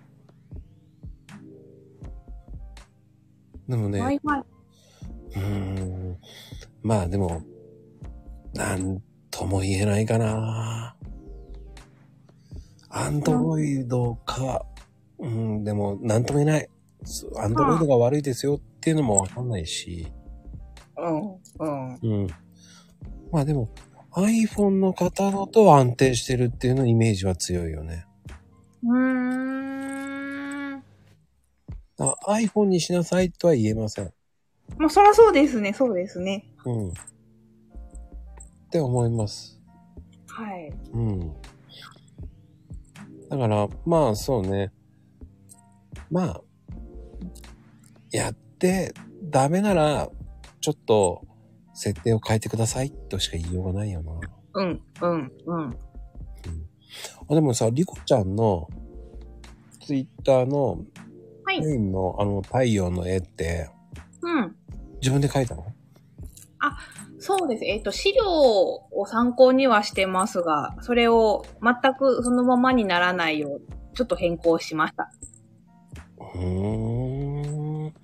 でもね、 Wi-Fi。 うーん、まあでも、なんとも言えないかな。アンドロイドか、うん、でもなんとも言えない。 アンドロイドが悪いですよっていうのもわかんないし。 うん、うん。 うん。まあでも、iPhone の方だと安定してるっていうのイメージは強いよね。 うーん。 あ iPhone にしなさいとは言えません。 まあ、そらそうですね、そうですね。 うん。って思います。 はい。 うん。だから、まあそうね。まあ、やってダメなら、ちょっと設定を変えてくださいとしか言いようがないよな。 うん、うん、うん。 うん、あでもさ、リコちゃんのツイッターのはい。 メインのあの太陽の絵って、 うん。 自分で描いたの？ あ、そうです。えっと、資料を参考にはしてますが、それを全くそのままにならないよう、ちょっと変更しました。 うーん。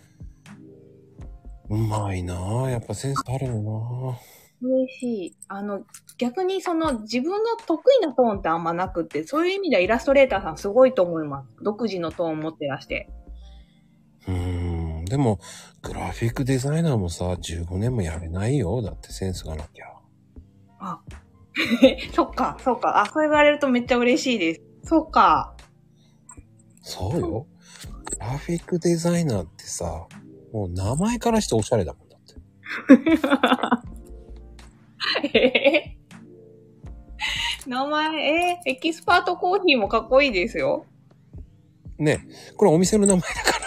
うまいなぁ。やっぱセンスあるよなぁ。 嬉しい。あの、逆にその自分の得意なトーンってあんまなくって、そういう意味ではイラストレーターさんすごいと思います。独自のトーンを持ってらして。 うーん。でも、グラフィックデザイナーもさ、じゅうごねんもやれないよ。だってセンスがなきゃ。 あ、そっか、そっか。あ、そう言われるとめっちゃ嬉しいです。そっか。 そうよ。グラフィックデザイナーってさ、もう名前からしておしゃれだもんだって。 えー、名前、えー、エキスパートコーヒーもかっこいいですよ。 ね、これお店の名前だから。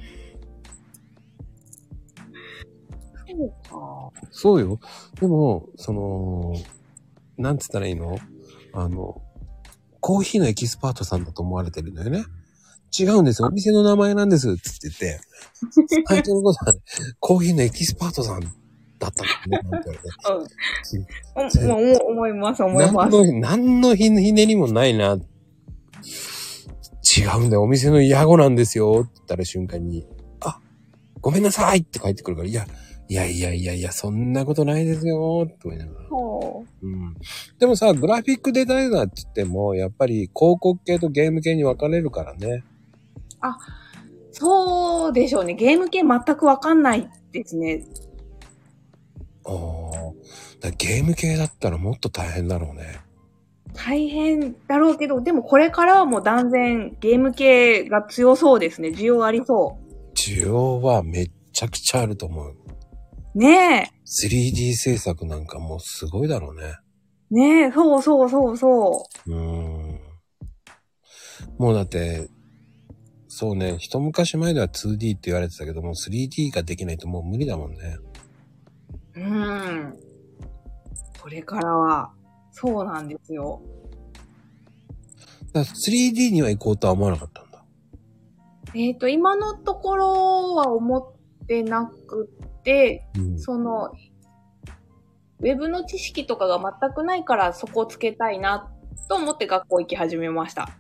そうか。 そうよ。でも、その、なんつったらいいの？あの、コーヒーのエキスパートさんだと思われてるんだよね。違うんですよ。お店の名前なんです。つって言って、最近のことは、ね、コーヒーのエキスパートさんだったんだよね。なんてうん。お、もう思います、思います。 何の、何のひねりもないな。違うんだよ。お店の屋号なんですよ。って言ったら瞬間に、あ、ごめんなさいって帰ってくるから、いや、いやいやいやいや、そんなことないですよ。って思いながら。 ほう。 うん。でもさ、グラフィックデザイナーって言っても、やっぱり広告系とゲーム系に分かれるからね。 あ、そうでしょうね。ゲーム系全くわかんないですね。 ああ。だゲーム系だったらもっと大変だろうね。 大変だろうけど、でもこれからはもう断然ゲーム系が強そうですね。需要ありそう。 需要はめっちゃくちゃあると思う。 ねえ。 スリーディー 制作なんかもうすごいだろうね。 ねえ、そうそうそうそう。うーん。もうだって、そうね、一昔前では ツーディー って言われてたけども、スリーディー ができないともう無理だもんね。 う。うーん。これからは、そうなんですよ。 だから スリーディー には行こうとは思わなかったんだ。 えっと、今のところは思ってなくて、うん、その、ウェブの知識とかが全くないからそこをつけたいなと思って学校行き始めました。あ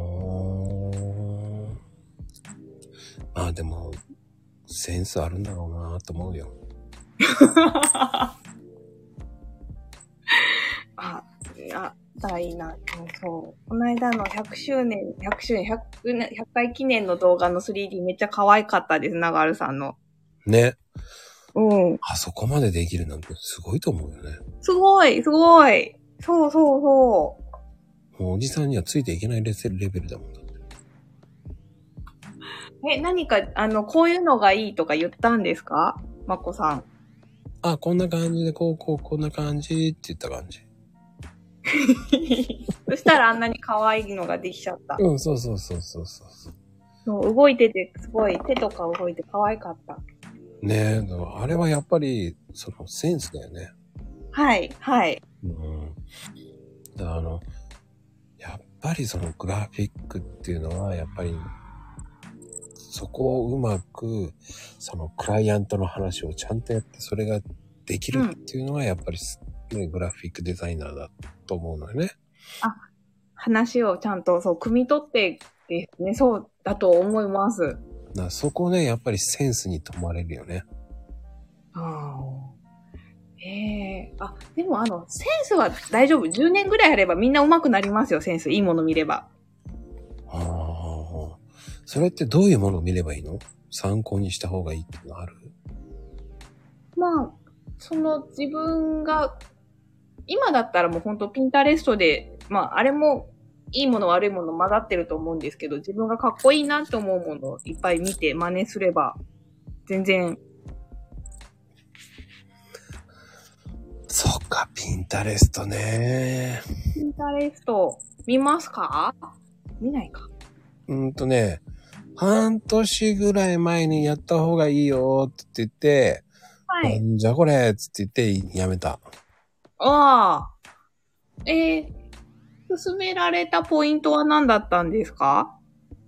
ー。まあでも、センスあるんだろうなと思うよ。 あ、あ、だからいいな。そう。この間のひゃくしゅうねん、ひゃくしゅうねん、ひゃく、ひゃっかい記念の動画の スリーディー めっちゃ可愛かったです、長るさんの。 ね。 うん。 あそこまでできるなんてすごいと思うよね。 すごい、すごい。そうそうそう。 もうおじさんにはついていけないレベルだもんだって。 え、何か、あの、こういうのがいいとか言ったんですか？まこさん。 あ、こんな感じで、こう、こう、こんな感じって言った感じ。 そしたらあんなに可愛いのができちゃった。 うん、そうそうそうそうそう。 そう動いてて、すごい、手とか動いて可愛かった。 ねえ、あれはやっぱり、そのセンスだよね。 はい、はい。 うん。だからあの、やっぱりそのグラフィックっていうのは、やっぱり、そこをうまく、そのクライアントの話をちゃんとやって、それができるっていうのは、やっぱり、ね、グラフィックデザイナーだと思うのよね。 あ、話をちゃんと、そう、汲み取ってですね、そうだと思います。 だそこね、やっぱりセンスに問われるよね。 ああ。へえ。あ、でもあの、センスは大丈夫。じゅうねんぐらいあればみんな上手くなりますよ、センス。いいもの見れば。 ああ。 それってどういうものを見ればいいの？参考にした方がいいってのある？ まあ、その自分が、今だったらもうほんとピンタレストで、まああれもいいもの悪いもの混ざってると思うんですけど、自分がかっこいいなって思うものをいっぱい見て真似すれば、全然。 そっか、ピンタレストね。 ピンタレスト見ますか？見ないか。 うんとね、半年ぐらい前にやった方がいいよって言って、 はい。 なんじゃこれっつって言ってやめた。 ああ。えー、勧められたポイントは何だったんですか？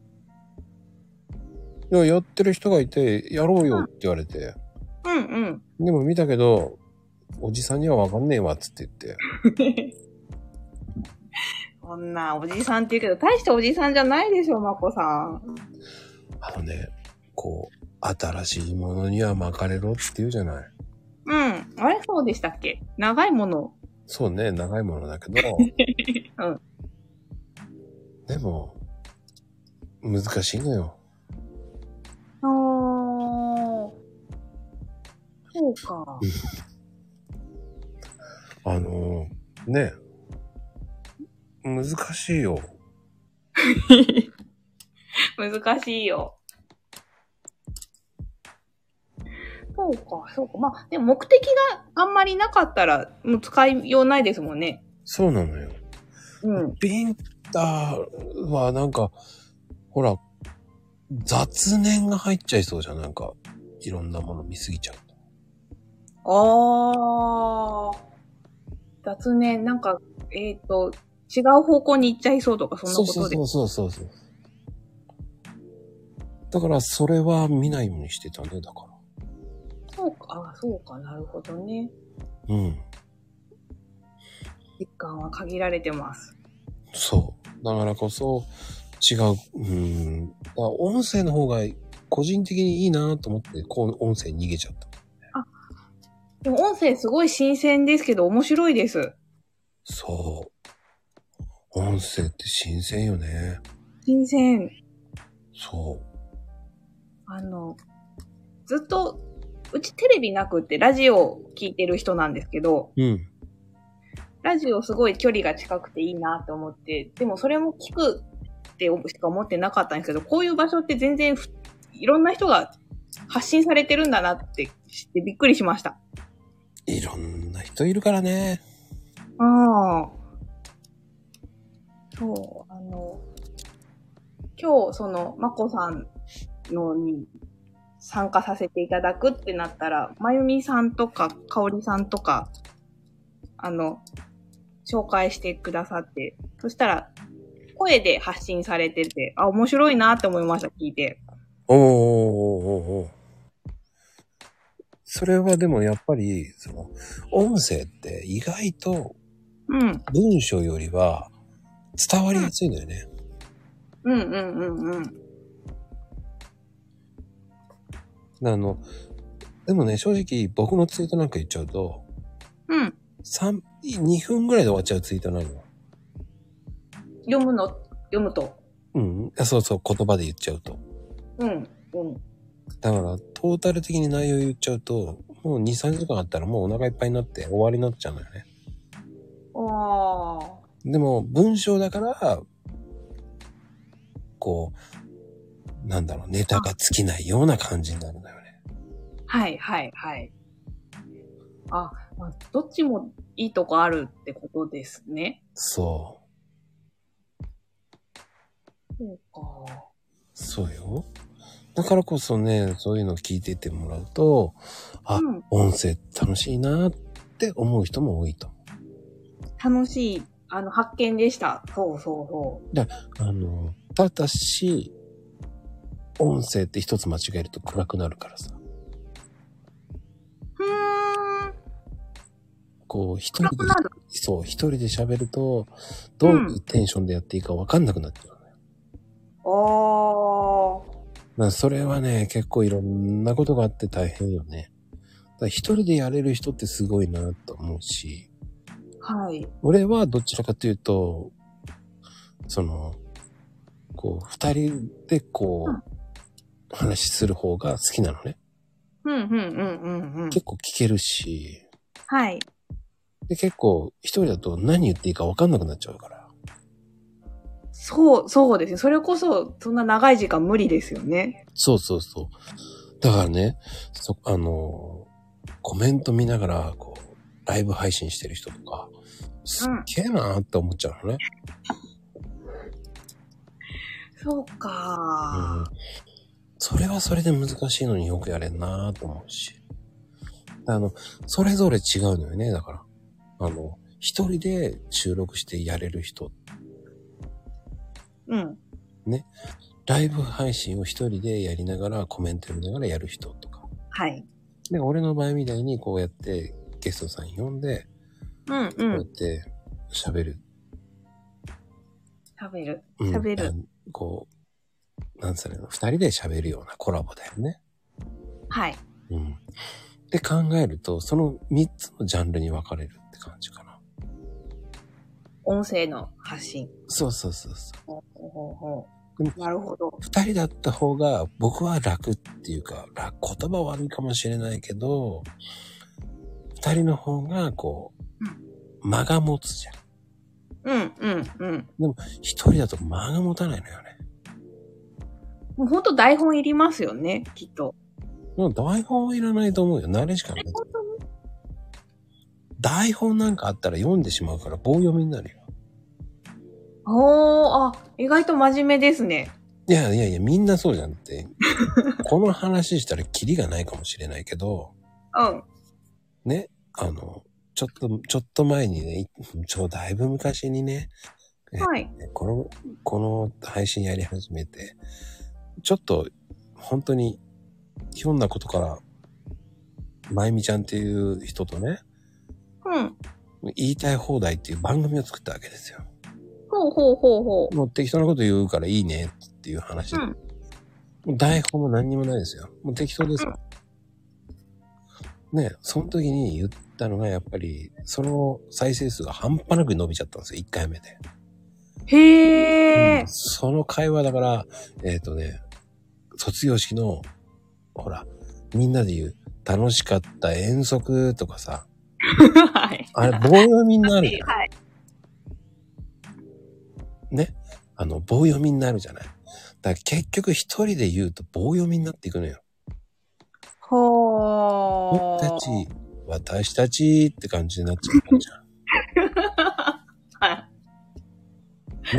いや、やってる人がいて、やろうよって言われて。 うんうん。 でも見たけど、おじさんにはわかんねえわっつって言って。 こんなおじさんって言うけど、大したおじさんじゃないでしょ、まこさん。 あのね、こう、新しいものには巻かれろって言うじゃない。 うん。あれそうでしたっけ？長いもの。 そうね、長いものだけど。 うん。 でも、難しいのよ。 あー。そうか。 あのー、ね、難しいよ。 難しいよ。そうか、そうか。まあ、でも目的があんまりなかったら、もう使いようないですもんね。 そうなのよ。 うん。 ピンターはなんか、ほら、雑念が入っちゃいそうじゃん。なんか、いろんなもの見すぎちゃうと。 あー。雑念、なんか、えっと、違う方向に行っちゃいそうとか、そんなことで。 そうそうそうそうそう。だから、それは見ないようにしてたね、だから。 そうか、あ、そうか、なるほどね。 うん。 時間は限られてます。 そう。だからこそ、違う。うん。だから音声の方が個人的にいいなと思って、こう音声逃げちゃった。 あ、でも音声すごい新鮮ですけど面白いです。 そう。音声って新鮮よね。 新鮮。 そう。 あの、ずっと、うちテレビなくってラジオ聞いてる人なんですけど、 うん。 ラジオすごい距離が近くていいなって思って、でもそれも聞くってしか思ってなかったんですけど、こういう場所って全然いろんな人が発信されてるんだなって知ってびっくりしました。 いろんな人いるからね。 ああ。そう、あの、今日その、まこさんのに参加させていただくってなったら、まゆみさんとか、かおりさんとか、あの、紹介してくださって、そしたら、声で発信されてて、あ、面白いなって思いました、聞いて。 おーおーおーおー。それはでもやっぱり、その、音声って意外と、 うん。 文章よりは伝わりやすいんだよね。 うんうんうんうん。 あの、でもね、正直僕のツイートなんか言っちゃうと、 うん。 三、にふんぐらいで終わっちゃうツイートなのよ。 読むの、読むと。 うん。そうそう、言葉で言っちゃうと。 うん。うん。 だから、トータル的に内容言っちゃうと、もうに、さんじかんあったらもうお腹いっぱいになって終わりになっちゃうのよね。 ああ。 でも、文章だから、こう、なんだろう、ネタが尽きないような感じになるんだよね。 はいはいはい。あ、まあ、どっちもいいとこあるってことですね。 そう。 そうか。 そうよ。だからこそね、そういうのを聞いてってもらうと、あ、 うん。 音声楽しいなって思う人も多いと。 楽しい、あの、発見でした。そうそうそう。 だあの、ただし、音声って一つ間違えると暗くなるからさ。 うーん。 こう、一人で、そう、一人で喋ると、どういうテンションでやっていいか分かんなくなっちゃうのよ。 ああ。 だからそれはね、結構いろんなことがあって大変よね。だから一人でやれる人ってすごいなと思うし、 はい。 俺はどちらかというと、その、 こう、二人でこう、うん、話する方が好きなのね。 うんうんうんうんうん。 結構聞けるし。 はい。 で、結構一人だと何言っていいか分かんなくなっちゃうから。 そう、そうですね。それこそ、そんな長い時間無理ですよね。 そうそうそう。だからね、そ、あの、コメント見ながら、こう、ライブ配信してる人とか、すっげえなーって思っちゃうのね。 うん、そうか、 うん。それはそれで難しいのによくやれんなーと思うし。あの、それぞれ違うのよね、だから。あの、一人で収録してやれる人。 うん。 ね。ライブ配信を一人でやりながらコメント見ながらやる人とか。 はい。 で、俺の場合みたいにこうやってゲストさん呼んで、 うんうん。こうやって喋る。 喋る。喋る。 うん、こう、なんつうの、二人で喋るようなコラボだよね。 はい。 うん。で考えると、その三つのジャンルに分かれるって感じかな。 音声の発信。 そうそうそうそう。 ほうほうほう。なるほど。 二人だった方が僕は楽っていうか、楽、言葉悪いかもしれないけど、二人の方がこう、うん、間が持つじゃん。 うんうんうん。 でも一人だと間が持たないのよね。 もうほんと台本いりますよね、きっと。 もう台本はいらないと思うよ。慣れしかない。台本なんかあったら読んでしまうから棒読みになるよ。 おー、あ、意外と真面目ですね。 いやいやいや、みんなそうじゃんって。この話したらキリがないかもしれないけど、 うん。 ね、あの、ちょっと、ちょっと前にね、ちょ、だいぶ昔にね、 はい。 この、この配信やり始めて、ちょっと、本当に、ひょんなことから、まゆみちゃんっていう人とね、 うん。 言いたい放題っていう番組を作ったわけですよ。 ほうほうほうほう。 もう適当なこと言うからいいねっていう話で。うん、もう台本も何にもないですよ。もう適当ですよ。うん、ね、その時に言ったのがやっぱり、その再生数が半端なく伸びちゃったんですよ、いっかいめで。 へー、うん。 その会話だから、えっとね、卒業式の、ほら、みんなで言う、楽しかった遠足とかさ、 はい。 あれ、棒読みになるじゃん。 はい。 ね。あの、棒読みになるじゃない。だから結局一人で言うと棒読みになっていくのよ。 ほー。 僕たち、私たちって感じになっちゃうじゃん。はい。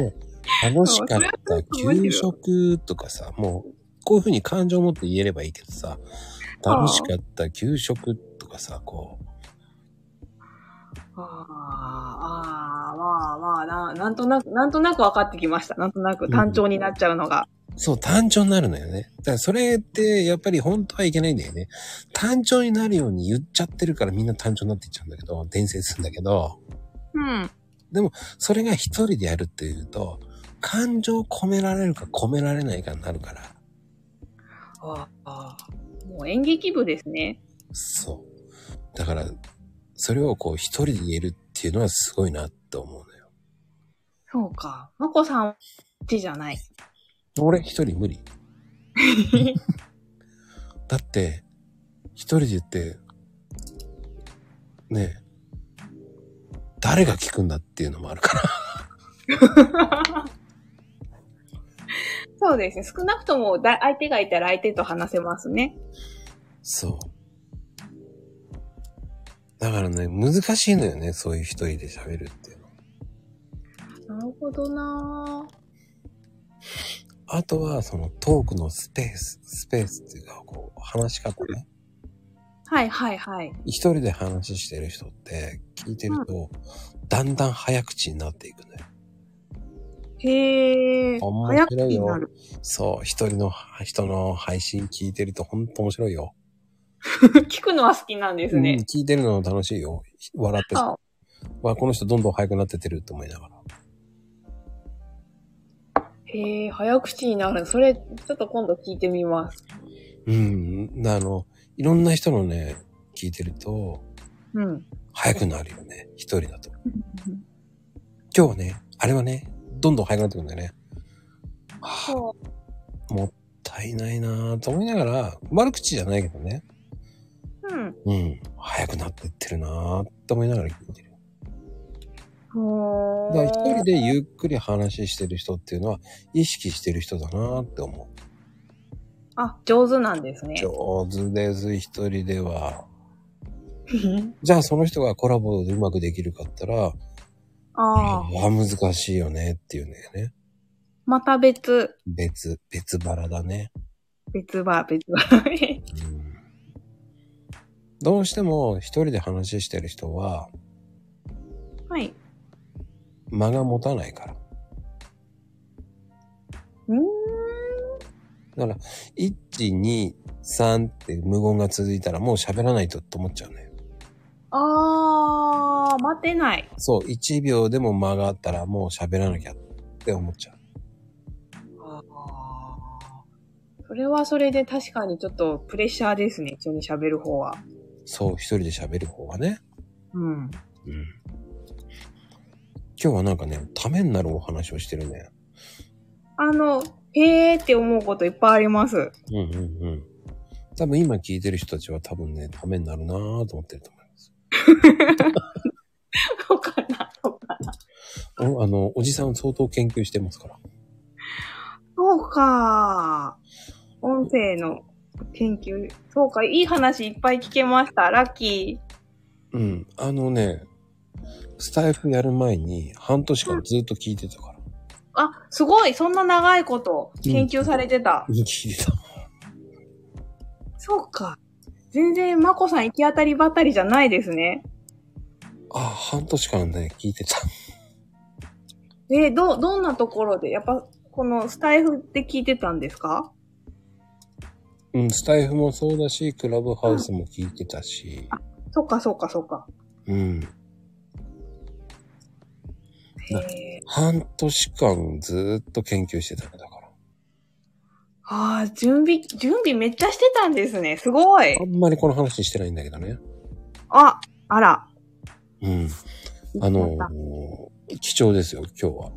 ね。楽しかった給食とかさ、もう、こういう風に感情を持って言えればいいけどさ、楽しかった給食とかさ、こう。 ああ、ああ、まあまあな、なんとなく、なんとなく分かってきました。なんとなく単調になっちゃうのが。 うん、そう、単調になるのよね。だからそれってやっぱり本当はいけないんだよね。単調になるように言っちゃってるからみんな単調になっていっちゃうんだけど、伝染するんだけど。 うん。でも、それが一人でやるっていうと、感情込められるか込められないかになるから。 ああ、もう演劇部ですね。 そう。だから、それをこう一人で言えるっていうのはすごいなって思うのよ。 そうか。まこさん、ちじゃない。 俺一人無理。だって、一人で言って、ねえ、誰が聞くんだっていうのもあるから。 そうですね。少なくともだ相手がいたら相手と話せますね。 そう。だからね、難しいのよね。そういう一人で喋るっていうの。なるほどなぁ。 あとは、そのトークのスペース、スペースっていうか、こう、話し方ね。 はいはいはい。 一人で話してる人って聞いてると、うん、だんだん早口になっていくのよ。 へー。 面白いよ。そう、一人の人の配信聞いてるとほんと面白いよ。 聞くのは好きなんですね。 うん、聞いてるの楽しいよ。笑ってさ。わ、この人どんどん早くなってってるって思いながら。 へえ、早口になる。それ、ちょっと今度聞いてみます。 うん。あの、いろんな人のね、聞いてると、 うん。 早くなるよね。一人だと。今日はね、あれはね、どんどん早くなってくるんだよね。 そう。もったいないなぁと思いながら、悪口じゃないけどね。 う。うん。 うん。早くなってってるなぁと思いながら聞いてる。 ほー。 だから一人でゆっくり話してる人っていうのは意識してる人だなって思う。 あ、上手なんですね。 上手です、一人では。じゃあその人がコラボでうまくできるかって言ったら、 ああ。 あ難しいよねっていうんだよね。 また別。 別、別腹だね。 別場、別場。 うん、どうしても一人で話してる人は、 はい。 間が持たないから。 うーん。 だから、いち、に、さんって無言が続いたらもう喋らないとって思っちゃうね。 あー、待てない。 そう、いちびょうでも間があったらもう喋らなきゃって思っちゃう。 あー。それはそれで確かにちょっとプレッシャーですね。一緒に喋る方は。 そう、一人で喋る方はね。 うん。 うん。今日はなんかね、ためになるお話をしてるね。 あの、へーって思うこといっぱいあります。 うんうんうん。多分今聞いてる人たちは多分ね、ためになるなぁと思ってると思います。 そうかな、そうかな。 おあの、おじさん相当研究してますから。 そうか。音声の研究。そうか、いい話いっぱい聞けました。ラッキー。うん。あのね、スタイフやる前に半年間ずっと聞いてたから。 あ、すごい。そんな長いこと研究されてた。 うん、聞いてた。 そうか。全然、まこさん行き当たりばったりじゃないですね。 あ、半年間ね、聞いてた。 えー、ど、どんなところでやっぱ、このスタイフで聞いてたんですか？ うん、スタイフもそうだし、クラブハウスも聞いてたし。 うん、あ、そっかそっかそっか。 うん。 へー。 半年間ずっと研究してたんだから。 ああ、準備、準備めっちゃしてたんですね。すごい。 あんまりこの話してないんだけどね。 あ、あら。 うん。あのー、貴重ですよ、今日は。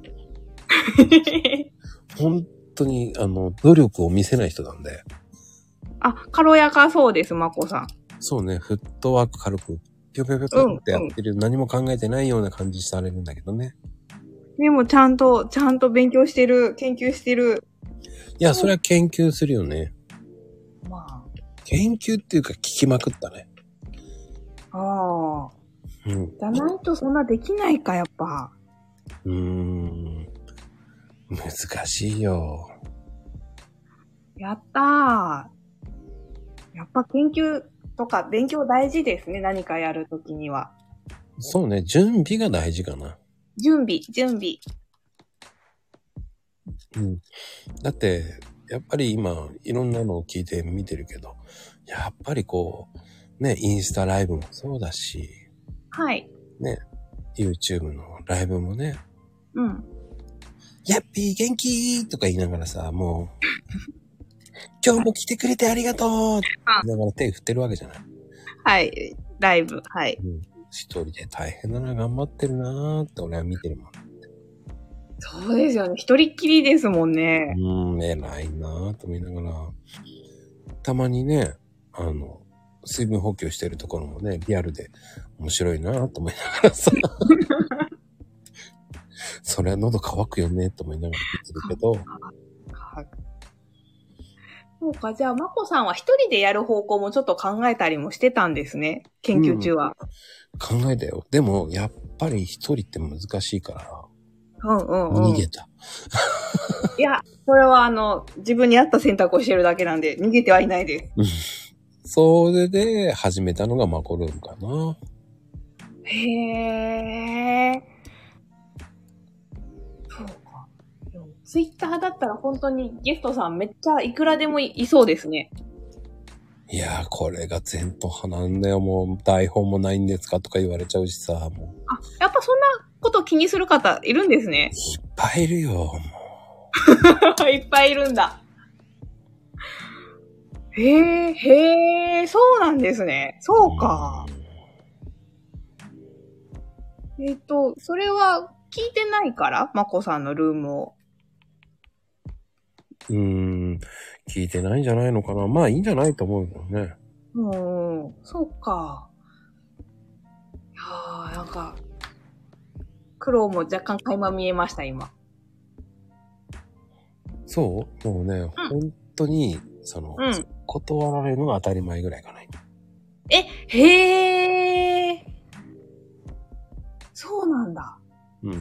本当に、あの、努力を見せない人なんで。 あ、軽やかそうです、まこさん。 そうね、フットワーク軽く、ぴょぴょぴょぴょってやってる、うんうん、何も考えてないような感じされるんだけどね。 でもちゃんと、ちゃんと勉強してる、研究してる。 いや、それは研究するよね。 まあ。 研究っていうか聞きまくったね。 ああ。 うん。 じゃないとそんなできないか、やっぱ。 うーん。難しいよ。 やったー。やっぱ研究とか勉強大事ですね。何かやるときには。 そうね。準備が大事かな。 準備、準備。 うん。だって、やっぱり今、いろんなのを聞いて見てるけど、やっぱりこう、ね、インスタライブもそうだし、 はい。 ね、YouTube のライブもね、 うん。 やっぴー元気とか言いながらさ、もう、今日も来てくれてありがとうって言いながら手振ってるわけじゃない。 はい。ライブ、はい。 うん。一人で大変だな、頑張ってるなーって俺は見てるもん。 そうですよね。一人っきりですもんね。 うん、偉いなーと思いながら、たまにね、あの、水分補給してるところもね、リアルで面白いなーと思いながらさ、それは喉乾くよねと思いながら見てるけど、 そうか、じゃあ、まこさんは一人でやる方向もちょっと考えたりもしてたんですね。研究中は。 うん、考えたよ。でも、やっぱり一人って難しいから、 うんうんうん。 逃げた。 いや、それはあの、自分に合った選択をしてるだけなんで、逃げてはいないです。 それで始めたのがマコルームかな。 へー。そうか。ツイッターだったら本当にゲストさんめっちゃいくらでも い, いそうですね。 いやー、これが前途派なんだよ。もう台本もないんですかとか言われちゃうしさ、もう。 あ、やっぱそんなこと気にする方いるんですね。 いっぱいいるよ、もう。いっぱいいるんだ。へー、へー、そうなんですね。そうか。うえっと、それは聞いてないからまこさんのルームを。 うーん、聞いてないんじゃないのかな。まあいいんじゃないと思うけどね。 うん、そうか。いやー、なんか、苦労も若干垣間見えました、今。 そうもうね、 うん、 本当に、その、 うん。 断られるのが当たり前ぐらいかな。 え、へー。そうなんだ。 うん。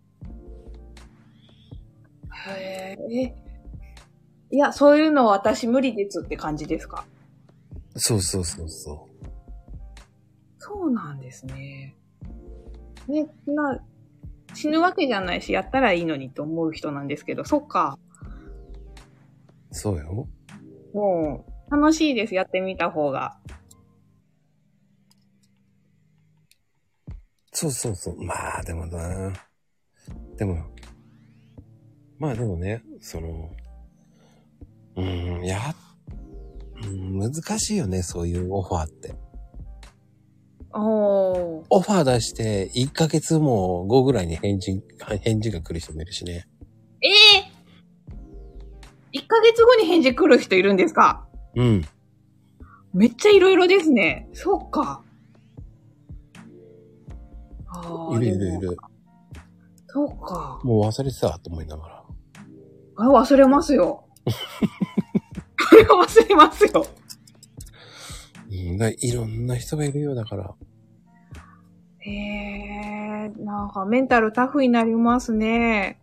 へー。え、いや、そういうの私無理ですって感じですか？ そうそうそうそそうなんですね。ね、な、死ぬわけじゃないし、やったらいいのにと思う人なんですけど、そっか。 う。そうよ。 もう、楽しいです、やってみた方が。 そうそうそう。まあでもな。でも、まあでもね、その、うーん、や、うん、難しいよね、そういうオファーって。 おー。 オファー出して、いっかげつも後ぐらいに返事、返事が来る人もいるしね。 ええー、いっかげつごに返事来る人いるんですか？ うん。 めっちゃいろいろですね。そっか。ああ、 いるいでも、 るいる。 そうか。 もう忘れてたと思いながら。 あ、忘れますよ。これは忘れますよ。 うん、だいろんな人がいるようだから。 へえ、なんかメンタルタフになりますね。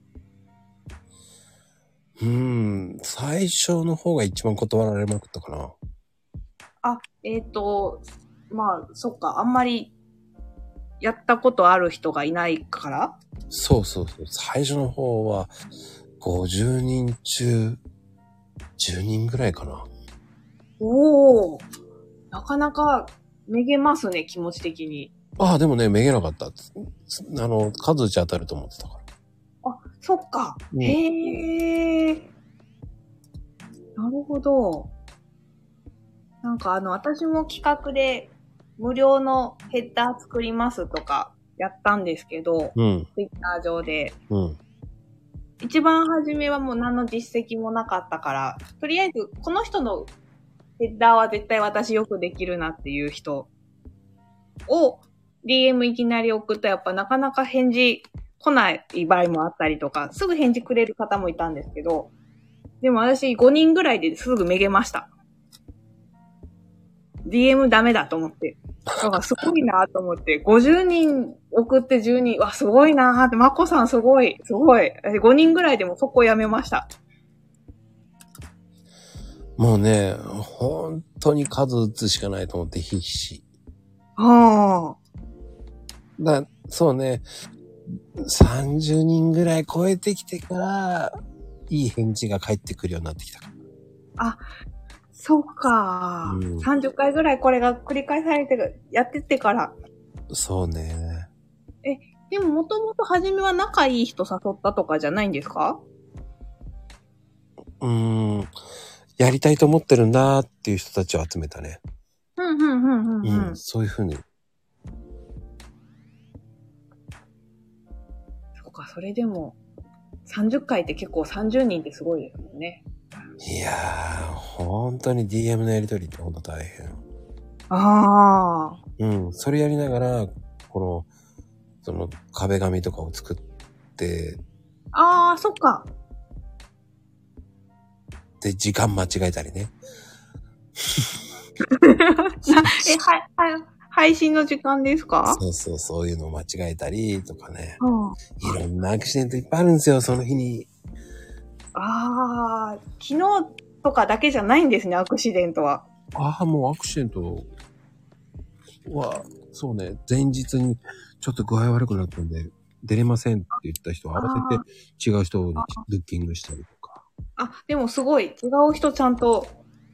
うーん、最初の方が一番断られまくったかな。 あ、えっと、まあ、そっか、あんまりやったことある人がいないから？ そうそうそう。最初の方はごじゅうにん中じゅうにんぐらいかな。 おお、なかなかめげますね、気持ち的に。 ああ、でもね、めげなかった。あの、数打ち当たると思ってたから。 あ、そっか。 うん、 へえ。なるほど。なんかあの、私も企画で無料のヘッダー作りますとかやったんですけど、 うん、 ツイッター上で。 うん。 一番初めはもう何の実績もなかったから、とりあえずこの人のヘッダーは絶対私よくできるなっていう人を ディーエム いきなり送ったらやっぱなかなか返事来ない場合もあったりとか、すぐ返事くれる方もいたんですけど、でも私ごにんぐらいですぐめげました。ディーエム ダメだと思って。だからすごいなと思って、ごじゅうにん送ってじゅうにん、わ、すごいなーって、まこさんすごい、すごい。ごにんぐらいでもそこやめました。 もうね、本当に数打つしかないと思って必死。 ああ。 だ、そうね、さんじゅうにんぐらい超えてきてから、いい返事が返ってくるようになってきたから。 あ、そうか、 うん。 さんじゅっかいぐらいこれが繰り返されて、やってってから。 そうね。 え、でももともと初めは仲いい人誘ったとかじゃないんですか？ うーん。やりたいと思ってるんだっていう人たちを集めたね。 うん、うん、うん、うん、うん。 うん。そういうふうに。 そうか、それでも、さんじゅっかいって結構さんじゅうにんってすごいですもんね。 いやー、本当に ディーエム のやりとりって本当大変。 ああ。 うん。それやりながら、この、その壁紙とかを作って、 ああ、そっか。 で、時間間違えたりね。 なえ、は、は、配信の時間ですか？ そうそう、そういうのを間違えたりとかね。 うん。 いろんなアクシデントいっぱいあるんですよ、その日に。 ああ、昨日とかだけじゃないんですね、アクシデントは。 ああ、もうアクシデントは、そうね、前日にちょっと具合悪くなったんで、出れませんって言った人は慌てて違う人にブッキングしたりとか。 あ、でもすごい。違う人ちゃんと。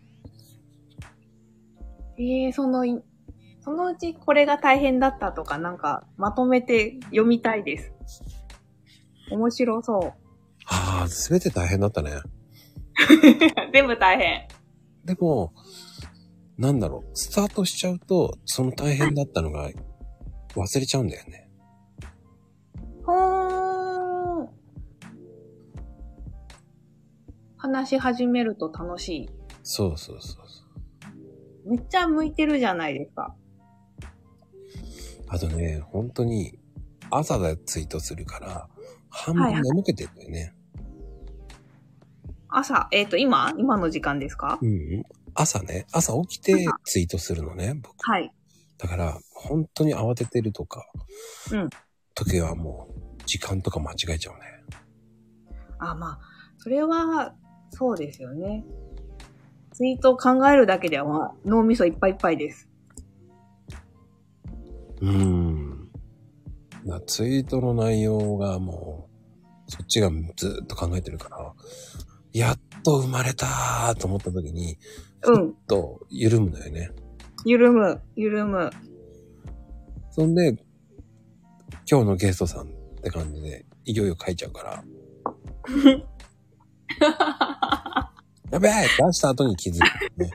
ええー、その、そのうちこれが大変だったとか、なんか、まとめて読みたいです。面白そう。 ああ、すべて大変だったね。 全部大変。 でも、なんだろう、スタートしちゃうと、その大変だったのが忘れちゃうんだよね。 ほーん。 話し始めると楽しい。 そうそうそうそう。 めっちゃ向いてるじゃないですか。 あとね、本当に朝でツイートするから、半分眠けてるんだよね。はい、 朝、えっ、ー、と、今今の時間ですか？ うん。朝ね、朝起きてツイートするのね、僕。 はい。 だから、本当に慌ててるとか、 うん。 時はもう、時間とか間違えちゃうね。 あ、まあ、それは、そうですよね。ツイートを考えるだけでは、まあ、脳みそいっぱいいっぱいです。 うーん。ツイートの内容がもう、そっちがずっと考えてるから、やっと生まれたーと思った時に、ふっと緩むんだよね。 うん、緩む、緩む。 そんで、今日のゲストさんって感じで、いよいよ書いちゃうから。やべえ出した後に気づくね。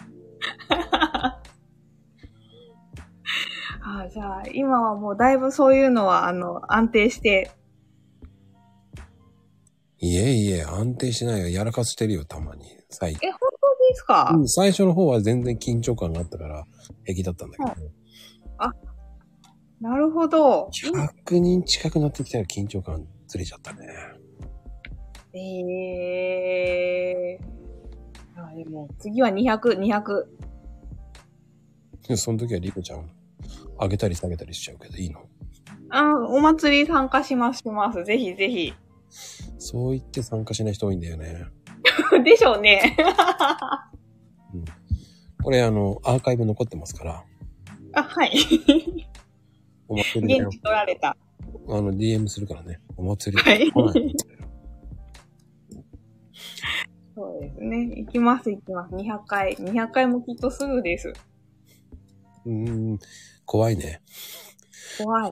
ああ、じゃあ、今はもうだいぶそういうのは、あの、安定して。 いえいえ、安定してないよ。やらかしてるよ、たまに。最え、本当ですか？ うん、最初の方は全然緊張感があったから、平気だったんだけど。うん、 あ、なるほど。 ひゃくにん近くなってきたら緊張感ずれちゃったね。 ええー。あ、でも、次はにひゃく、にひゃく。 その時はリコちゃん、上げたり下げたりしちゃうけどいいの？ あ、お祭り参加します、します。ぜひぜひ。 そう言って参加しない人多いんだよね。 でしょうね。 うん、これあの、アーカイブ残ってますから。 あ、はい。 お祭りだよ。 現地取られた。 あの、ディーエム するからね。お祭り。 はい。そうですね。行きます、行きます。にひゃっかい。にひゃっかいもきっとすぐです。 うーん、怖いね。 怖い。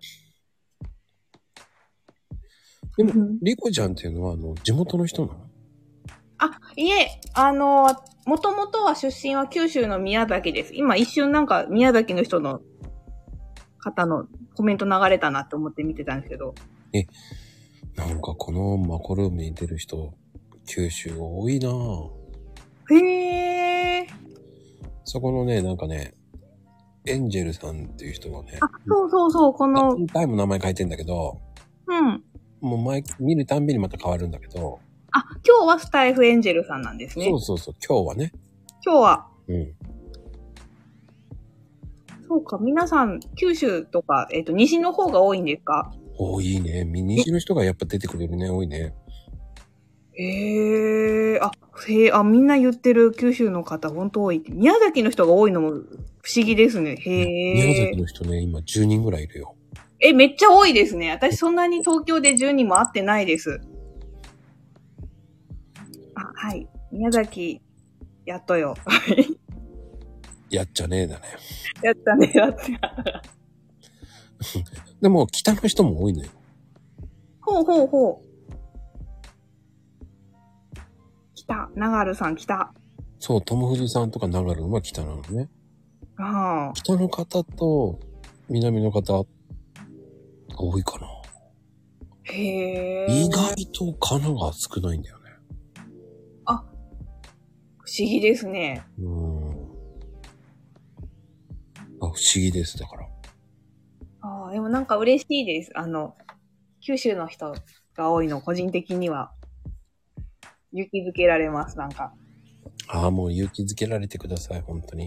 でも、リコちゃんっていうのは、あの、地元の人なの？ あ、いえ、あの、もともとは出身は九州の宮崎です。今一瞬なんか宮崎の人の方のコメント流れたなって思って見てたんですけど。 え、なんかこのマコルームに出る人、九州多いなぁ。 へー。 そこのね、なんかね、エンジェルさんっていう人がね。 あ、そうそうそう、この。 何回も名前書いてんだけど。 うん。 もう前、見るたんびにまた変わるんだけど。 あ、今日はスタイフエンジェルさんなんですね。 そうそうそう、今日はね。 今日は。 うん。 そうか、皆さん、九州とか、えっと、西の方が多いんですか？ 多いね。西の人がやっぱ出てくれるね、多いね。 へー。あ、へー。あ、みんな言ってる九州の方、ほんと多いって。宮崎の人が多いのも不思議ですね。へー。 宮崎の人ね、今じゅうにんぐらいいるよ。 え、めっちゃ多いですね。私そんなに東京でじゅうにんも会ってないです。あ、はい。宮崎、やっとよ。 やっちゃねえだね。 やったね、やった。 でも、北の人も多いのよ。 ほうほうほう。北、長るさん、北。 そう、友藤さんとか長るは北なのね。 ああ。 北の方と南の方、多いかな。 へー。 意外と神奈川少ないんだよね。 あ、不思議ですね。 うーん。あ、不思議です、だから。 ああ、でもなんか嬉しいです。あの、九州の人が多いの、個人的には。勇気づけられます、なんか。 ああ、もう勇気づけられてください、本当に。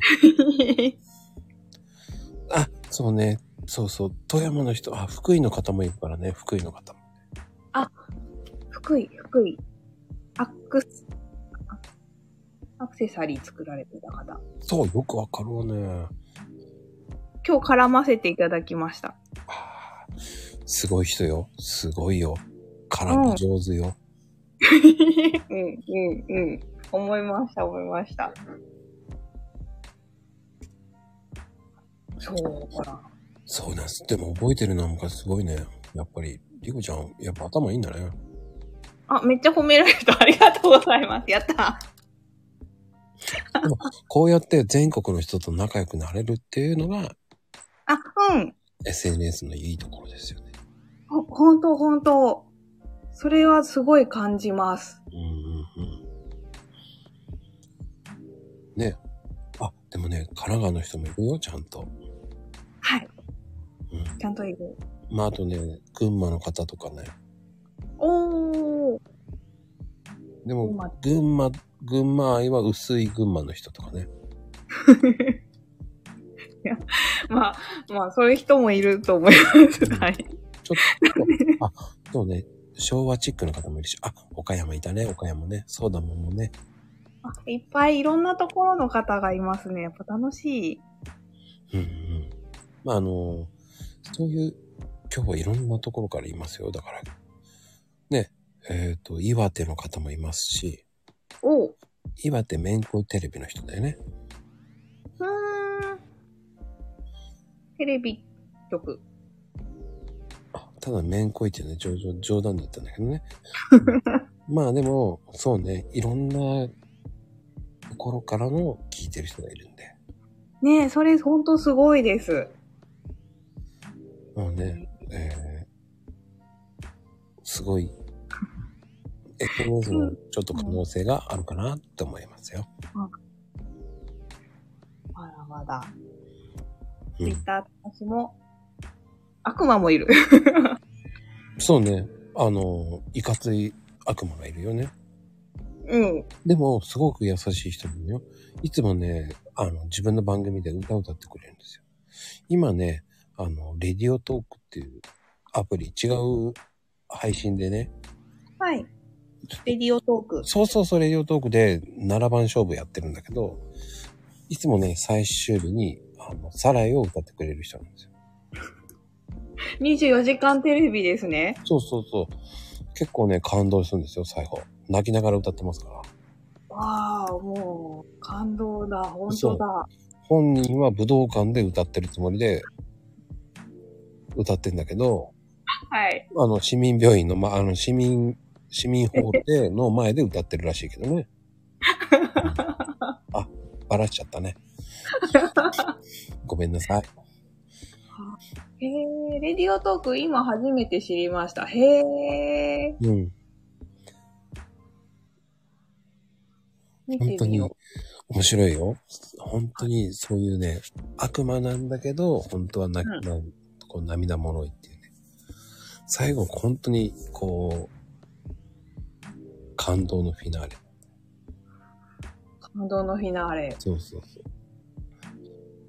あ、そうね。そうそう。富山の人、あ、福井の方もいるからね、福井の方も。 あ、福井、福井。アクス、アクセサリー作られてた方。 そう、よくわかるわね。 今日絡ませていただきました。 あ、すごい人よ。すごいよ。絡み上手よ。 うん、うん、うん。思いました、思いました。そうか。 そうなんです。でも覚えてるのがすごいね。やっぱり、リコちゃん、やっぱ頭いいんだね。 あ、めっちゃ褒められた。ありがとうございます。やった。 でもこうやって全国の人と仲良くなれるっていうのが、 あ、うん。 エスエヌエス のいいところですよね。 ほ、ほんとほんと。それはすごい感じます。 うんうんうん。 でもね、神奈川の人もいるよ、ちゃんと。 はい。 うん。 ちゃんといる。 まあ、あとね、群馬の方とかね。 おー。 でも、群馬、群馬愛は薄い群馬の人とかね。 いや、まあ、まあ、そういう人もいると思います。うん、はい。ちょっと、あ、でもね、昭和チックな方もいるし、あ、岡山いたね、岡山ね、そうだもんもね。 あ、いっぱいいろんなところの方がいますね。やっぱ楽しい。 うんうん。まあ、あの、そういう、今日はいろんなところからいますよ。だから、ね、えっと、岩手の方もいますし、 おう。 岩手めんこいテレビの人だよね。 うーん。テレビ局。 ただめんこいってね、冗冗談だったんだけどね。まあでも、そうね、いろんなところからの聞いてる人がいるんで。 ねえ、それほんとすごいです。 もうね、えー、すごい、エスエヌエス のちょっと可能性があるかなって思いますよ。 うん、まだまだ。ツイッター私も、悪魔もいる。 そうね、あの、いかつい悪魔がいるよね。 うん。 でも、すごく優しい人なのよ。いつもね、あの、自分の番組で歌を歌ってくれるんですよ。今ね、あの、レディオトークっていうアプリ、違う配信でね。 はい。レディオトーク。 そうそうそう、レディオトークでななばん勝負やってるんだけど、いつもね、最終日に、あの、サライを歌ってくれる人なんですよ。 にじゅうよじかんテレビですね。 そうそうそう。結構ね、感動するんですよ、最後。泣きながら歌ってますから。 わあ、もう、感動だ、本当だ。 本人は武道館で歌ってるつもりで、歌ってんだけど、 はい。 あの、市民病院の、ま、あの、市民、市民法廷の前で歌ってるらしいけどね。うん、あ、バラしちゃったね。ごめんなさい。 へえ、レディオトーク今初めて知りました。へえ。 うん。本当に面白いよ。本当にそういうね、悪魔なんだけど、本当はな、うん、なこう涙もろいっていうね。最後本当にこう、感動のフィナーレ。 感動のフィナーレ。 そうそうそう。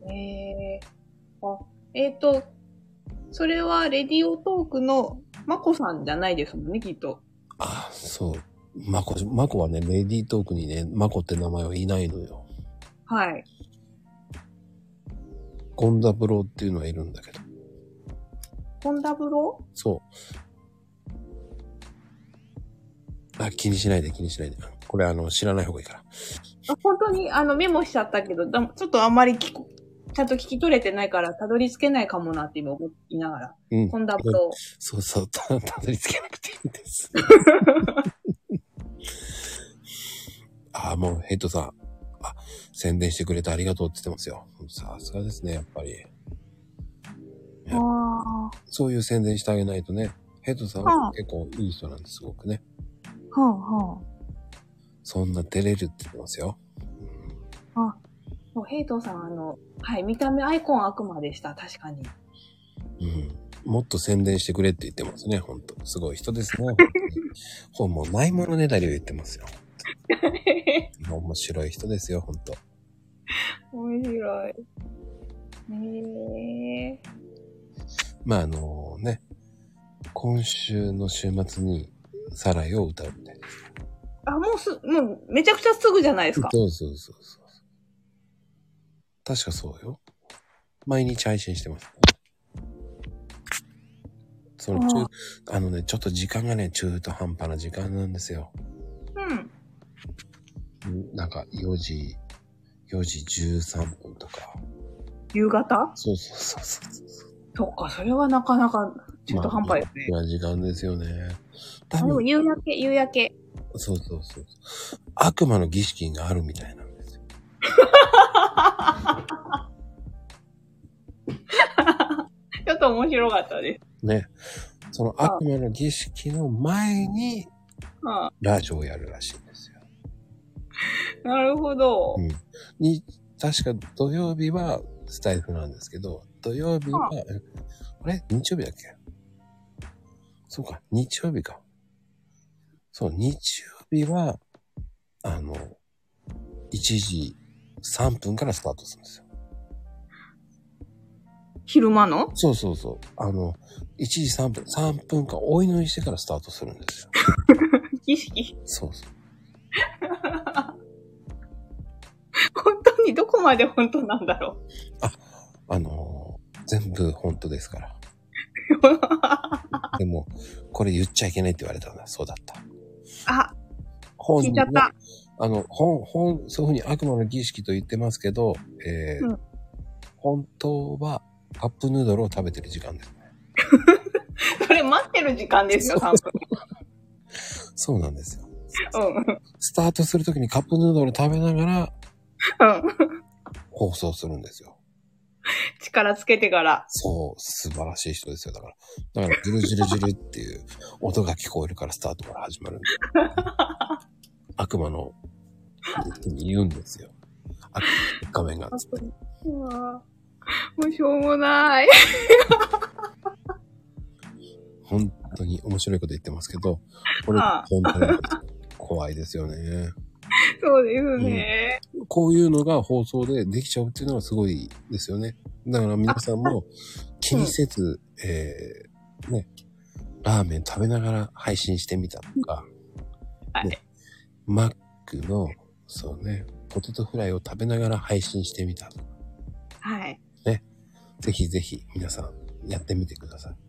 えー、あ、えっと、それはレディオトークのマコさんじゃないですもんね、きっと。 あ、そう。マコ、マコはね、レディートークにね、マコって名前はいないのよ。 はい。 コンダブローっていうのはいるんだけど。 コンダブロー？ そう。あ、気にしないで気にしないで。これあの、知らない方がいいから。 あ、本当にあの、メモしちゃったけど、ちょっとあんまり聞こ、ちゃんと聞き取れてないから、たどり着けないかもなって今思いながら。うん。コンダブロー。 そうそう、た、たどり着けなくていいんです。ああ、もうヘッドさん。あ、宣伝してくれてありがとうって言ってますよ。さすがですね、やっぱり。あ、そういう宣伝してあげないとね。ヘッドさんは結構いい人なんです、すごくね。 はあはあ。 そんな照れるって言ってますよ。 うん、あ、もうヘイトさん、あの、はい、見た目アイコン悪魔でした、確かに。 うん。もっと宣伝してくれって言ってますね、ほんと。すごい人ですね。ほんもうないものねだりを言ってますよ。面白い人ですよ、ほんと。 面白い。へー。 まあ、あのね、今週の週末にサライを歌うみたいです。 あ、もうす、もうめちゃくちゃすぐじゃないですか。 そうそうそうそう。確かそうよ。毎日配信してます。その中、あのね、ちょっと時間がね、中途半端な時間なんですよ。うん。なんかよじ、よじじゅうさんぷんとか。 夕方？ そうそうそうそう。 そっか、それはなかなか中途半端ですね。 まあ、時間ですよね。 多分でも夕焼け、夕焼け。 そうそうそう。悪魔の儀式があるみたいなんですよ。 ちょっと面白かったです。 ね。その悪魔の儀式の前に、ラジオをやるらしいんですよ。 なるほど。 うん。に、 確か土曜日はスタイフなんですけど、土曜日は、あれ日曜日だっけ？そうか、日曜日か。そう、日曜日は、あの、いちじさんぷんからスタートするんですよ。 昼間の？ そうそうそう。あの、いちじさんぷん、さんぷんかんお祈りしてからスタートするんですよ。 儀式。 そうそう。 本当にどこまで本当なんだろう。 あ、あのー、全部本当ですから。でも、これ言っちゃいけないって言われたんだ。そうだった。 あ、 本聞いちゃった。 あの、本、本、そういうふうに悪魔の儀式と言ってますけど、えーうん、本当はカップヌードルを食べてる時間ですね。 それ待ってる時間ですよ、さんぷん。 そうなんですよ。 うん。 スタートするときにカップヌードル食べながら、 うん。 放送するんですよ。 力つけてから。 そう、素晴らしい人ですよ。だから、だから、ジュルジュルジュルっていう音が聞こえるからスタートから始まるんです悪魔のに言うんですよ。悪魔の画面がつって。 うわもうしょうもない。 本当に面白いこと言ってますけど、これ本当に怖いですよね。 そうですね、 うん。こういうのが放送でできちゃうっていうのはすごいですよね。だから皆さんも気にせず、うん、えー、ね、ラーメン食べながら配信してみたとか、 はい、 ね、マックの、そうね、ポテトフライを食べながら配信してみたとか。 はい。 ね。ぜひぜひ皆さんやってみてください。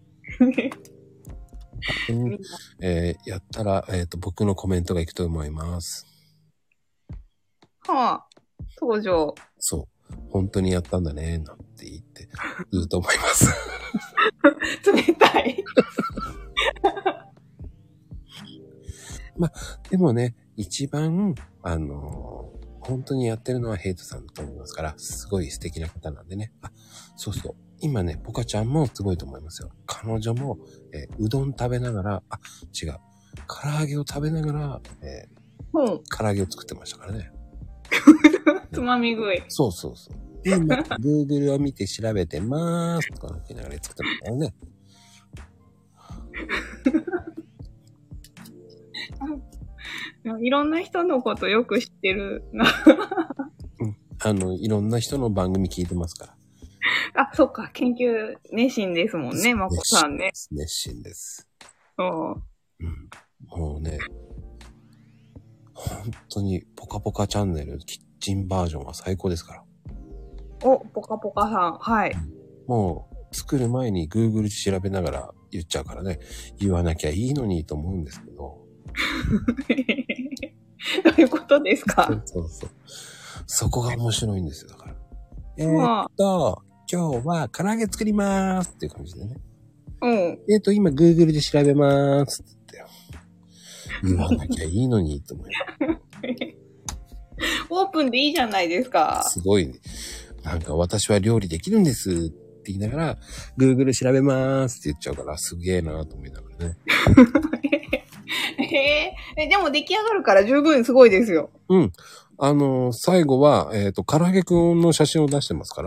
うんえー、やったら、えっと、僕のコメントがいくと思います。 はあ、登場。 そう。本当にやったんだね、なんて言って、言うと思います。 冷たい。 まあ、でもね、一番、あのー、本当にやってるのはヘイトさんだと思いますから、すごい素敵な方なんでね。あ、そうそう。今ね、ポカちゃんもすごいと思いますよ。彼女も、えー、うどん食べながら、あ、違う。唐揚げを食べながら、えー、うん、唐揚げを作ってましたからね。 つまみ食い。 そうそうそう。今、Google を見て調べてまーすとか言いながら作ってましたよね。 いろんな人のことよく知ってるな。 うん。あの、いろんな人の番組聞いてますから。 あ、そっか。研究熱心ですもんね、まこさんね。 熱心です。 うん。 うん。もうね、本当にポカポカチャンネルキッチンバージョンは最高ですから。 お、ポカポカさん。はい。 もう、作る前に Google で調べながら言っちゃうからね、言わなきゃいいのにと思うんですけど。 どういうことですか？ そうそうそう。そこが面白いんですよ、だから。えー、っと、今日は唐揚げ作りまーすっていう感じでね。 うん。 えー、っと、今 Google で調べまーすって言って。言わなきゃいいのにと思う。 オープンでいいじゃないですか。 すごい、ね。なんか私は料理できるんですって言いながら、Google 調べまーすって言っちゃうから、すげーなーと思いながらね。 えー、でも出来上がるから十分すごいですよ。 うん。あのー、最後は、えっと、唐揚げくんの写真を出してますから。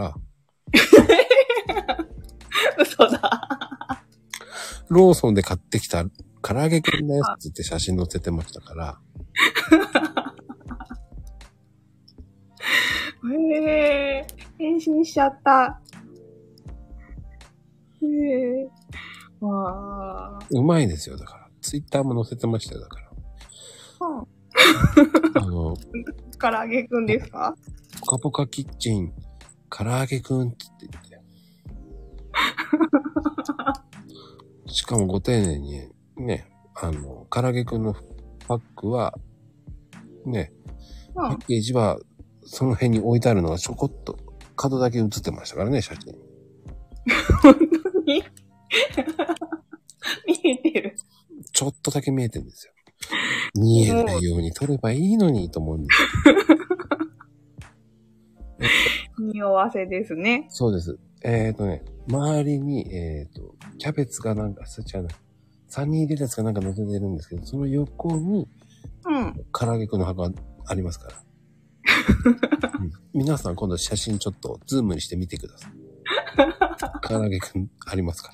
嘘だ。 ローソンで買ってきた唐揚げくんですって言って写真載せてましたから。 へえー、変身しちゃった。へえー、わー。うまいですよ、だから。ツイッターも載せてましたよ、だから。 うん、 あの、 唐揚げくんですか？ ポカポカキッチン、唐揚げくんって言って。しかもご丁寧に、ね、あの、唐揚げくんのパックは、ね、うん、パッケージは、その辺に置いてあるのがちょこっと、角だけ映ってましたからね、写真。 本当に見えてる。 ちょっとだけ見えてるんですよ。見えないように撮ればいいのにと思うんですよ。匂わせですね。 そうです。えっ、ー、とね、周りに、えっ、ー、と、キャベツがなんか、そっちはな、サニーレタスがなんか乗せてるんですけど、その横に、うん。唐揚げくんの箱がありますから。 うん、皆さん今度写真ちょっとズームにしてみてください。唐揚げくんありますから。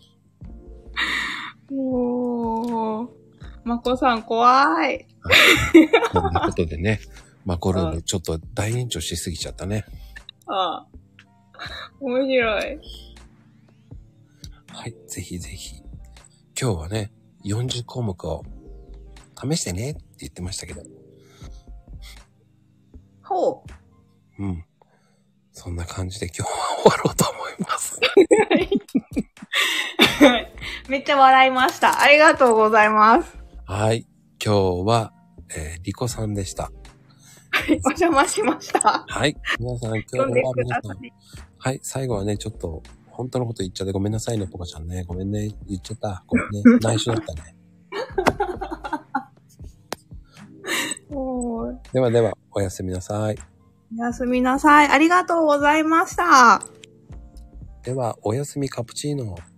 おー。まこさん怖い。 こんなことでね、マコルームちょっと大延長しすぎちゃったね。 ああ。面白い。 はい、ぜひぜひ。今日はね、よんじゅっこうもくを試してねって言ってましたけど。 ほう。うん。そんな感じで今日は終わろうと思います。 めっちゃ笑いました。ありがとうございます。 はい。今日は、えー、リコさんでした。 お邪魔しました。 はい。皆さん、今日は皆さん。はい。最後はね、ちょっと、本当のこと言っちゃってごめんなさいね、ポカちゃんね。ごめんね。言っちゃった。ごめんね。内緒だったね。ではでは、おやすみなさい。 おやすみなさい。ありがとうございました。 では、おやすみカプチーノ。